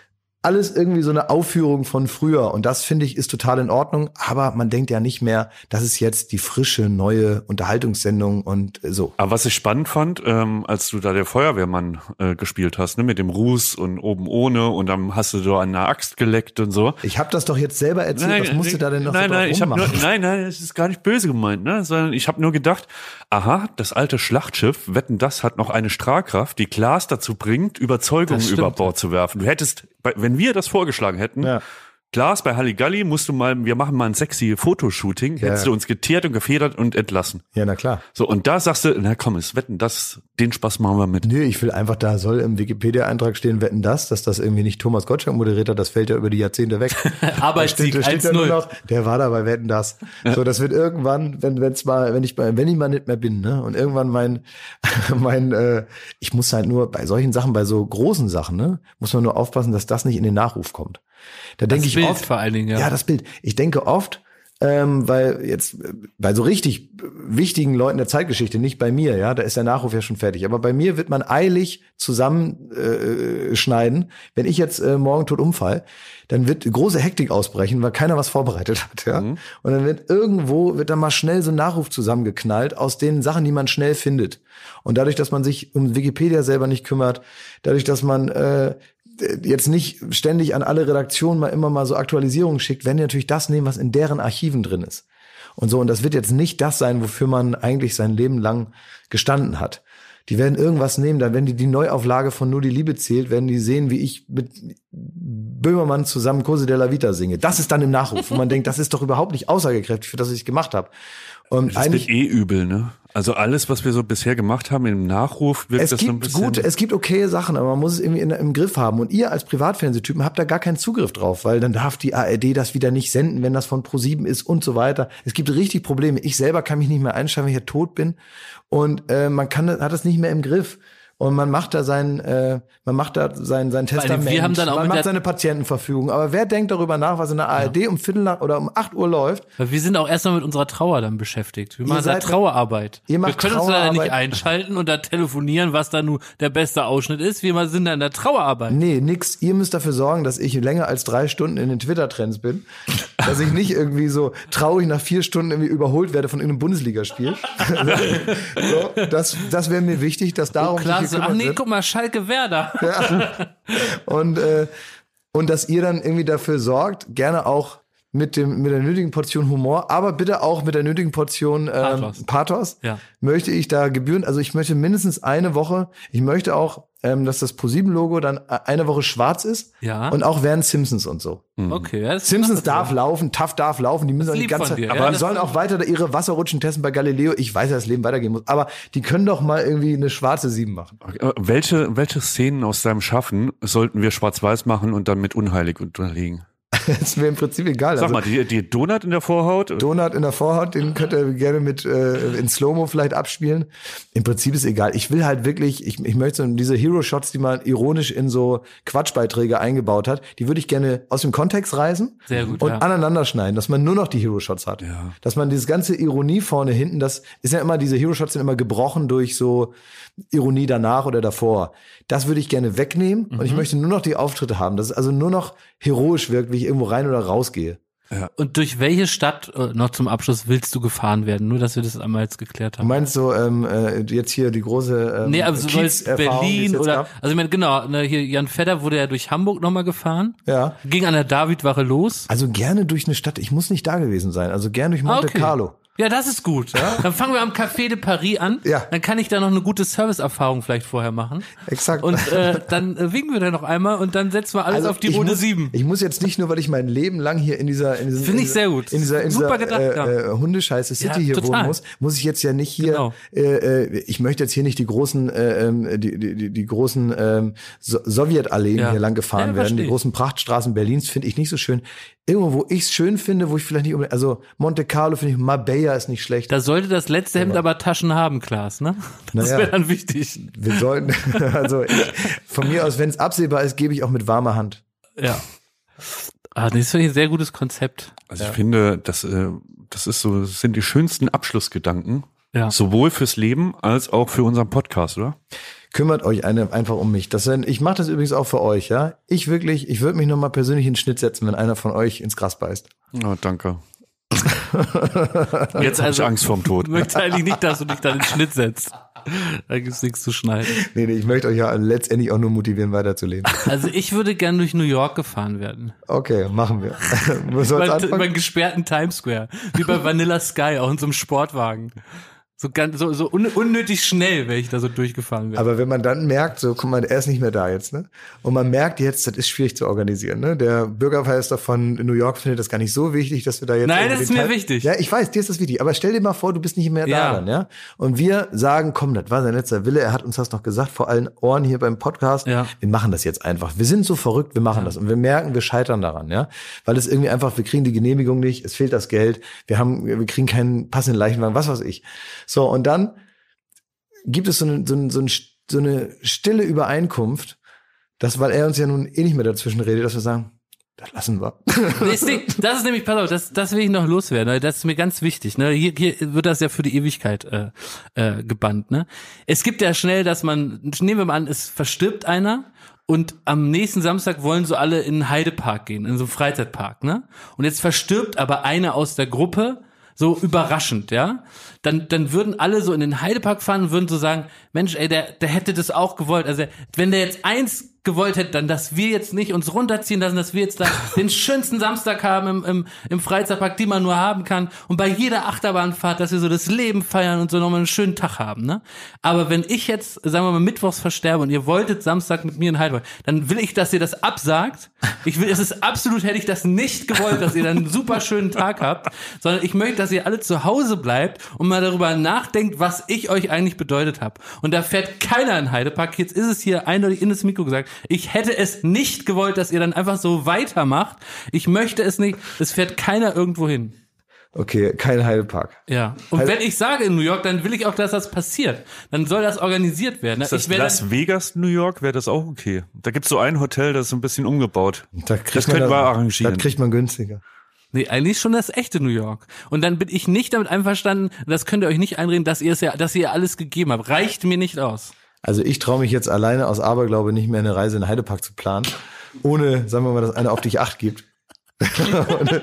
alles irgendwie so eine Aufführung von früher. Und das, finde ich, ist total in Ordnung. Aber man denkt ja nicht mehr, das ist jetzt die frische, neue Unterhaltungssendung und so. Aber was ich spannend fand, ähm, als du da der Feuerwehrmann äh, gespielt hast, ne, mit dem Ruß und oben ohne und dann hast du so an einer Axt geleckt und so. Ich habe das doch jetzt selber erzählt. Nein, was musst du da denn noch nein, so nein, drauf ich hab nur, rummachen? nein, nein, es ist gar nicht böse gemeint, ne, sondern ich habe nur gedacht, aha, das alte Schlachtschiff, Wetten, das hat noch eine Strahlkraft, die Klaas dazu bringt, Überzeugungen Das stimmt. über Bord zu werfen. Du hättest, wenn wir das vorgeschlagen hätten, Ja. Klaas, bei Halligalli musst du mal, wir machen mal ein sexy Fotoshooting, Ja. hättest du uns geteert und gefedert und entlassen. Ja, na klar. So, und da sagst du, na komm, es Wetten, das, den Spaß machen wir mit. Nö, ich will einfach, da soll im Wikipedia-Eintrag stehen, wetten das, dass das irgendwie nicht Thomas Gottschalk moderiert hat, das fällt ja über die Jahrzehnte weg. Arbeitssieg Da steht ja nur eins null. noch, der war da bei Wetten das. So, das wird irgendwann, wenn wenn's mal, wenn ich bei, wenn ich mal nicht mehr bin, ne, und irgendwann mein, mein, äh, ich muss halt nur bei solchen Sachen, bei so großen Sachen, ne, muss man nur aufpassen, dass das nicht in den Nachruf kommt. Da denke ich Bild oft, vor allen Dingen, ja. ja, das Bild. Ich denke oft, ähm, weil jetzt äh, bei so richtig wichtigen Leuten der Zeitgeschichte, nicht bei mir, ja, da ist der Nachruf ja schon fertig. Aber bei mir wird man eilig zusammenschneiden. Äh, schneiden. Wenn ich jetzt äh, morgen tot umfall, dann wird große Hektik ausbrechen, weil keiner was vorbereitet hat, ja. Mhm. Und dann wird irgendwo wird dann mal schnell so ein Nachruf zusammengeknallt aus den Sachen, die man schnell findet. Und dadurch, dass man sich um Wikipedia selber nicht kümmert, dadurch, dass man äh, jetzt nicht ständig an alle Redaktionen mal immer mal so Aktualisierungen schickt, wenn die natürlich das nehmen, was in deren Archiven drin ist. Und so, und das wird jetzt nicht das sein, wofür man eigentlich sein Leben lang gestanden hat. Die werden irgendwas nehmen, dann, wenn die die Neuauflage von Nur die Liebe zählt, werden die sehen, wie ich mit Böhmermann zusammen Cose della Vita singe. Das ist dann im Nachruf, wo man denkt, das ist doch überhaupt nicht aussagekräftig für das, was ich gemacht habe. Und Das eigentlich wird eh übel, ne? Also alles, was wir so bisher gemacht haben im Nachruf, wird Es das so ein gibt bisschen... gute, es gibt okaye Sachen, aber man muss es irgendwie in, im Griff haben. Und ihr als Privatfernsehtypen habt da gar keinen Zugriff drauf, weil dann darf die A R D das wieder nicht senden, wenn das von ProSieben ist und so weiter. Es gibt richtig Probleme. Ich selber kann mich nicht mehr einschalten, wenn ich ja tot bin. Und äh, man kann, hat das nicht mehr im Griff. Und man macht da sein, äh, man macht da sein, sein Testament, wir haben dann auch man mit macht der- seine Patientenverfügung. Aber wer denkt darüber nach, was in der A R D um Viertel nach oder um acht Uhr läuft? Weil wir sind auch erstmal mit unserer Trauer dann beschäftigt. Wir Ihr machen da seid- Trauerarbeit. Ihr macht wir können uns leider nicht Trauerarbeit. einschalten und da telefonieren, was da nun der beste Ausschnitt ist. Wir sind da in der Trauerarbeit. Nee, nix. Ihr müsst dafür sorgen, dass ich länger als drei Stunden in den Twitter-Trends bin. Dass ich nicht irgendwie so traurig nach vier Stunden irgendwie überholt werde von irgendeinem Bundesligaspiel. So, das, das wäre mir wichtig, dass darum Klar, sich so, ach gekümmert nee, wird. guck mal, Schalke Werder. Und, äh, und dass ihr dann irgendwie dafür sorgt, gerne auch mit dem mit der nötigen Portion Humor, aber bitte auch mit der nötigen Portion ähm, Pathos. Pathos, Ja. möchte ich da Gebühren, also ich möchte mindestens eine Woche, ich möchte auch, ähm, dass das ProSieben-Logo dann eine Woche schwarz ist Ja. und auch während Simpsons und so. Okay, ja, das Simpsons macht darf Sinn. laufen, Taff darf laufen, die müssen auch die lieb ganze von dir, aber ja, die das sollen ist- auch weiter ihre Wasserrutschen testen bei Galileo. Ich weiß ja, das Leben weitergehen muss, aber die können doch mal irgendwie eine schwarze Sieben machen. Okay, welche, welche Szenen aus deinem Schaffen sollten wir schwarz-weiß machen und dann mit unheilig unterlegen? Das ist mir im Prinzip egal. Sag Also, mal, die, die Donut in der Vorhaut? Donut in der Vorhaut, den könnt ihr gerne mit äh, in Slow-Mo vielleicht abspielen. Im Prinzip ist egal. Ich will halt wirklich, ich, ich möchte so diese Hero-Shots, die man ironisch in so Quatschbeiträge eingebaut hat, die würde ich gerne aus dem Kontext reißen Sehr gut, und ja. aneinander schneiden, dass man nur noch die Hero-Shots hat. Ja. Dass man dieses ganze Ironie vorne, hinten, das ist ja immer, diese Hero-Shots sind immer gebrochen durch so Ironie danach oder davor. Das würde ich gerne wegnehmen und ich möchte nur noch die Auftritte haben, dass es also nur noch heroisch wirkt, wie ich irgendwo rein oder rausgehe. Und durch welche Stadt, äh, noch zum Abschluss, willst du gefahren werden? Nur, dass wir das einmal jetzt geklärt Du haben. meinst so ähm, äh, jetzt hier die große ähm, Nee, aber so soll es Kiez-Erfahrung, die es Berlin jetzt oder, gab? also ich meine, genau, ne, hier Jan Fedder wurde ja durch Hamburg nochmal gefahren. Ja. Ging an der Davidwache los. Also gerne durch eine Stadt. Ich muss nicht da gewesen sein. Also gerne durch Monte Ah, okay. Carlo. Ja, das ist gut. Dann fangen wir am Café de Paris an. Ja. Dann kann ich da noch eine gute Serviceerfahrung vielleicht vorher machen. Exakt. Und äh, dann äh, winken wir da noch einmal und dann setzen wir alles auf die Also ich rote muss, sieben. Ich muss jetzt nicht nur, weil ich mein Leben lang hier in dieser, in diesem, Finde in ich dieser, sehr gut. in dieser, in Super dieser gedacht, äh, ja. äh, Hundescheiße City Ja, hier total. wohnen muss, muss ich jetzt ja nicht hier, Genau. äh, äh, ich möchte jetzt hier nicht die großen, äh, ähm, die, die, die, die großen ähm, so Sowjetalleen Ja. hier lang gefahren Ja, werden. verstehe Die ich. großen Prachtstraßen Berlins finde ich nicht so schön. Irgendwo, wo ich es schön finde, wo ich vielleicht nicht unbedingt, also Monte Carlo finde ich, Marbella ist nicht schlecht. Da sollte das letzte Hemd aber Taschen haben, Klaas, ne? Das Naja. wäre dann wichtig. Wir sollten, also ich, von mir aus, wenn es absehbar ist, gebe ich auch mit warmer Hand. Ja. Ah, das finde ich ein sehr gutes Konzept. Also ich finde, das, äh, das ist so, das sind die schönsten Abschlussgedanken, Ja. sowohl fürs Leben als auch für unseren Podcast, oder? kümmert euch eine, einfach um mich. Das, ich mache das übrigens auch für euch, ja. Ich wirklich, ich würde mich nochmal persönlich in den Schnitt setzen, wenn einer von euch ins Gras beißt. Oh, danke. Jetzt habe ich Angst vorm Tod. Ich möchte eigentlich nicht, dass du dich dann in den Schnitt setzt. Da gibt's nichts zu schneiden. Nee, nee, ich möchte euch ja letztendlich auch nur motivieren, weiterzuleben. Also ich würde gern durch New York gefahren werden. Okay, machen wir. Über, über einen gesperrten Times Square. Wie bei Vanilla Sky, auch in so einem Sportwagen. So ganz, so, so un, unnötig schnell wäre ich da so durchgefahren werden. Aber wenn man dann merkt, so, guck mal, er ist nicht mehr da jetzt, ne? Und man merkt jetzt, das ist schwierig zu organisieren, ne? Der Bürgermeister von New York findet das gar nicht so wichtig, dass wir da jetzt... Nein, das ist mir Teil- wichtig. Ja, ich weiß, dir ist das wichtig. Aber stell dir mal vor, du bist nicht mehr Ja. da dann, ja? Und wir sagen, komm, das war sein letzter Wille. Er hat uns das noch gesagt, vor allen Ohren hier beim Podcast. Ja. Wir machen das jetzt einfach. Wir sind so verrückt, wir machen das. Und wir merken, wir scheitern daran, ja? Weil es irgendwie einfach, wir kriegen die Genehmigung nicht, es fehlt das Geld, wir haben, wir kriegen keinen passenden Leichenwagen, was weiß ich. So, und dann gibt es so eine, so eine, so eine, so eine stille Übereinkunft, dass, weil er uns ja nun eh nicht mehr dazwischen redet, dass wir sagen, das lassen wir. Das ist, das ist nämlich, pass auf, das, das will ich noch loswerden, weil das ist mir ganz wichtig. Ne? Hier, hier wird das ja für die Ewigkeit äh, äh, gebannt. Ne? Es gibt ja schnell, dass man, nehmen wir mal an, es verstirbt einer und am nächsten Samstag wollen so alle in einen Heidepark gehen, in so einen Freizeitpark. Ne? Und jetzt verstirbt aber einer aus der Gruppe, so überraschend, ja, dann dann würden alle so in den Heidepark fahren und würden so sagen, Mensch, ey, der der hätte das auch gewollt. Also wenn der jetzt eins gewollt hätte, dann, dass wir jetzt nicht uns runterziehen lassen, dass wir jetzt da den schönsten Samstag haben im, im, im Freizeitpark, die man nur haben kann, und bei jeder Achterbahnfahrt, dass wir so das Leben feiern und so nochmal einen schönen Tag haben, ne? Aber wenn ich jetzt, sagen wir mal, mittwochs versterbe und ihr wolltet Samstag mit mir in Heidepark, dann will ich, dass ihr das absagt. Ich will, es ist absolut, hätte ich das nicht gewollt, dass ihr dann einen super schönen Tag habt, sondern ich möchte, dass ihr alle zu Hause bleibt und mal darüber nachdenkt, was ich euch eigentlich bedeutet habe. Und da fährt keiner in Heidepark. Jetzt ist es hier eindeutig in das Mikro gesagt. Ich hätte es nicht gewollt, dass ihr dann einfach so weitermacht. Ich möchte es nicht. Es fährt keiner irgendwo hin. Okay, kein Heidepark. Ja. Und Heide- wenn ich sage in New York, dann will ich auch, dass das passiert. Dann soll das organisiert werden. Ist das ich werde Las Vegas, New York, wäre das auch okay. Da gibt's so ein Hotel, das ist ein bisschen umgebaut. Da kriegt Das man könnten wir arrangieren. Das kriegt man günstiger. Nee, eigentlich schon das echte New York. Und dann bin ich nicht damit einverstanden, das könnt ihr euch nicht einreden, dass ihr es ja, dass ihr alles gegeben habt. Reicht mir nicht aus. Also ich traue mich jetzt alleine aus Aberglaube nicht mehr eine Reise in den Heidepark zu planen, ohne, sagen wir mal, dass einer auf dich Acht gibt. und,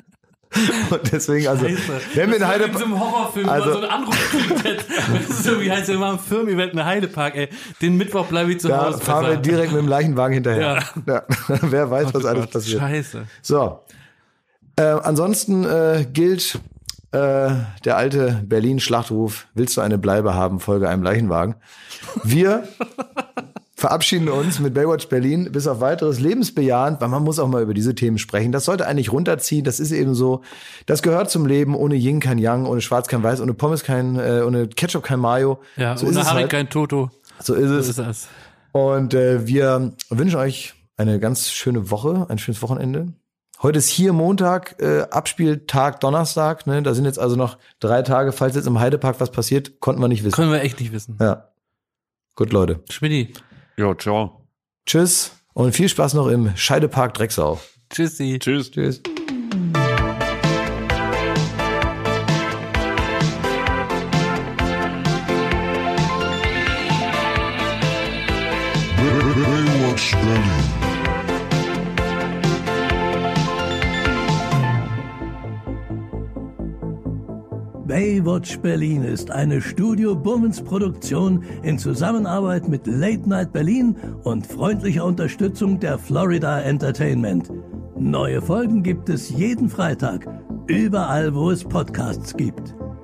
und deswegen, also, Scheiße. wenn wir in Das ist Heidepark... in so einem Horrorfilm, Also- wo man so einen Anruf kriegt. Das ist so, wie heißt der immer, ein Firmen-Event in Heidepark, ey. Den Mittwoch bleibe ich zu Da Hause. fahren wir besser. direkt mit dem Leichenwagen hinterher. Ja. Wer weiß, was alles passiert. Scheiße. So. Äh, ansonsten äh, gilt äh, der alte Berlin-Schlachtruf, willst du eine Bleibe haben, folge einem Leichenwagen. Wir verabschieden uns mit Baywatch Berlin bis auf weiteres lebensbejahend, weil man muss auch mal über diese Themen sprechen. Das sollte eigentlich runterziehen, das ist eben so. Das gehört zum Leben, ohne Yin kein Yang, ohne Schwarz kein Weiß, ohne Pommes kein, äh, ohne Ketchup kein Mayo. Ja, so ohne ist es Harry halt. kein Toto. So ist So es. ist das. Und äh, wir wünschen euch eine ganz schöne Woche, ein schönes Wochenende. Heute ist hier Montag, äh, Abspieltag Donnerstag. Ne? Da sind jetzt also noch drei Tage. Falls jetzt im Heidepark was passiert, konnten wir nicht wissen. Können wir echt nicht wissen. Ja. Gut, Leute. Schmidti. Ja, ciao. Tschüss und viel Spaß noch im Scheidepark Drecksau. Tschüssi. Tschüss. Tschüss. Baywatch Berlin. Baywatch Berlin ist eine Studio Bummens Produktion in Zusammenarbeit mit Late Night Berlin und freundlicher Unterstützung der Florida Entertainment. Neue Folgen gibt es jeden Freitag, überall wo es Podcasts gibt.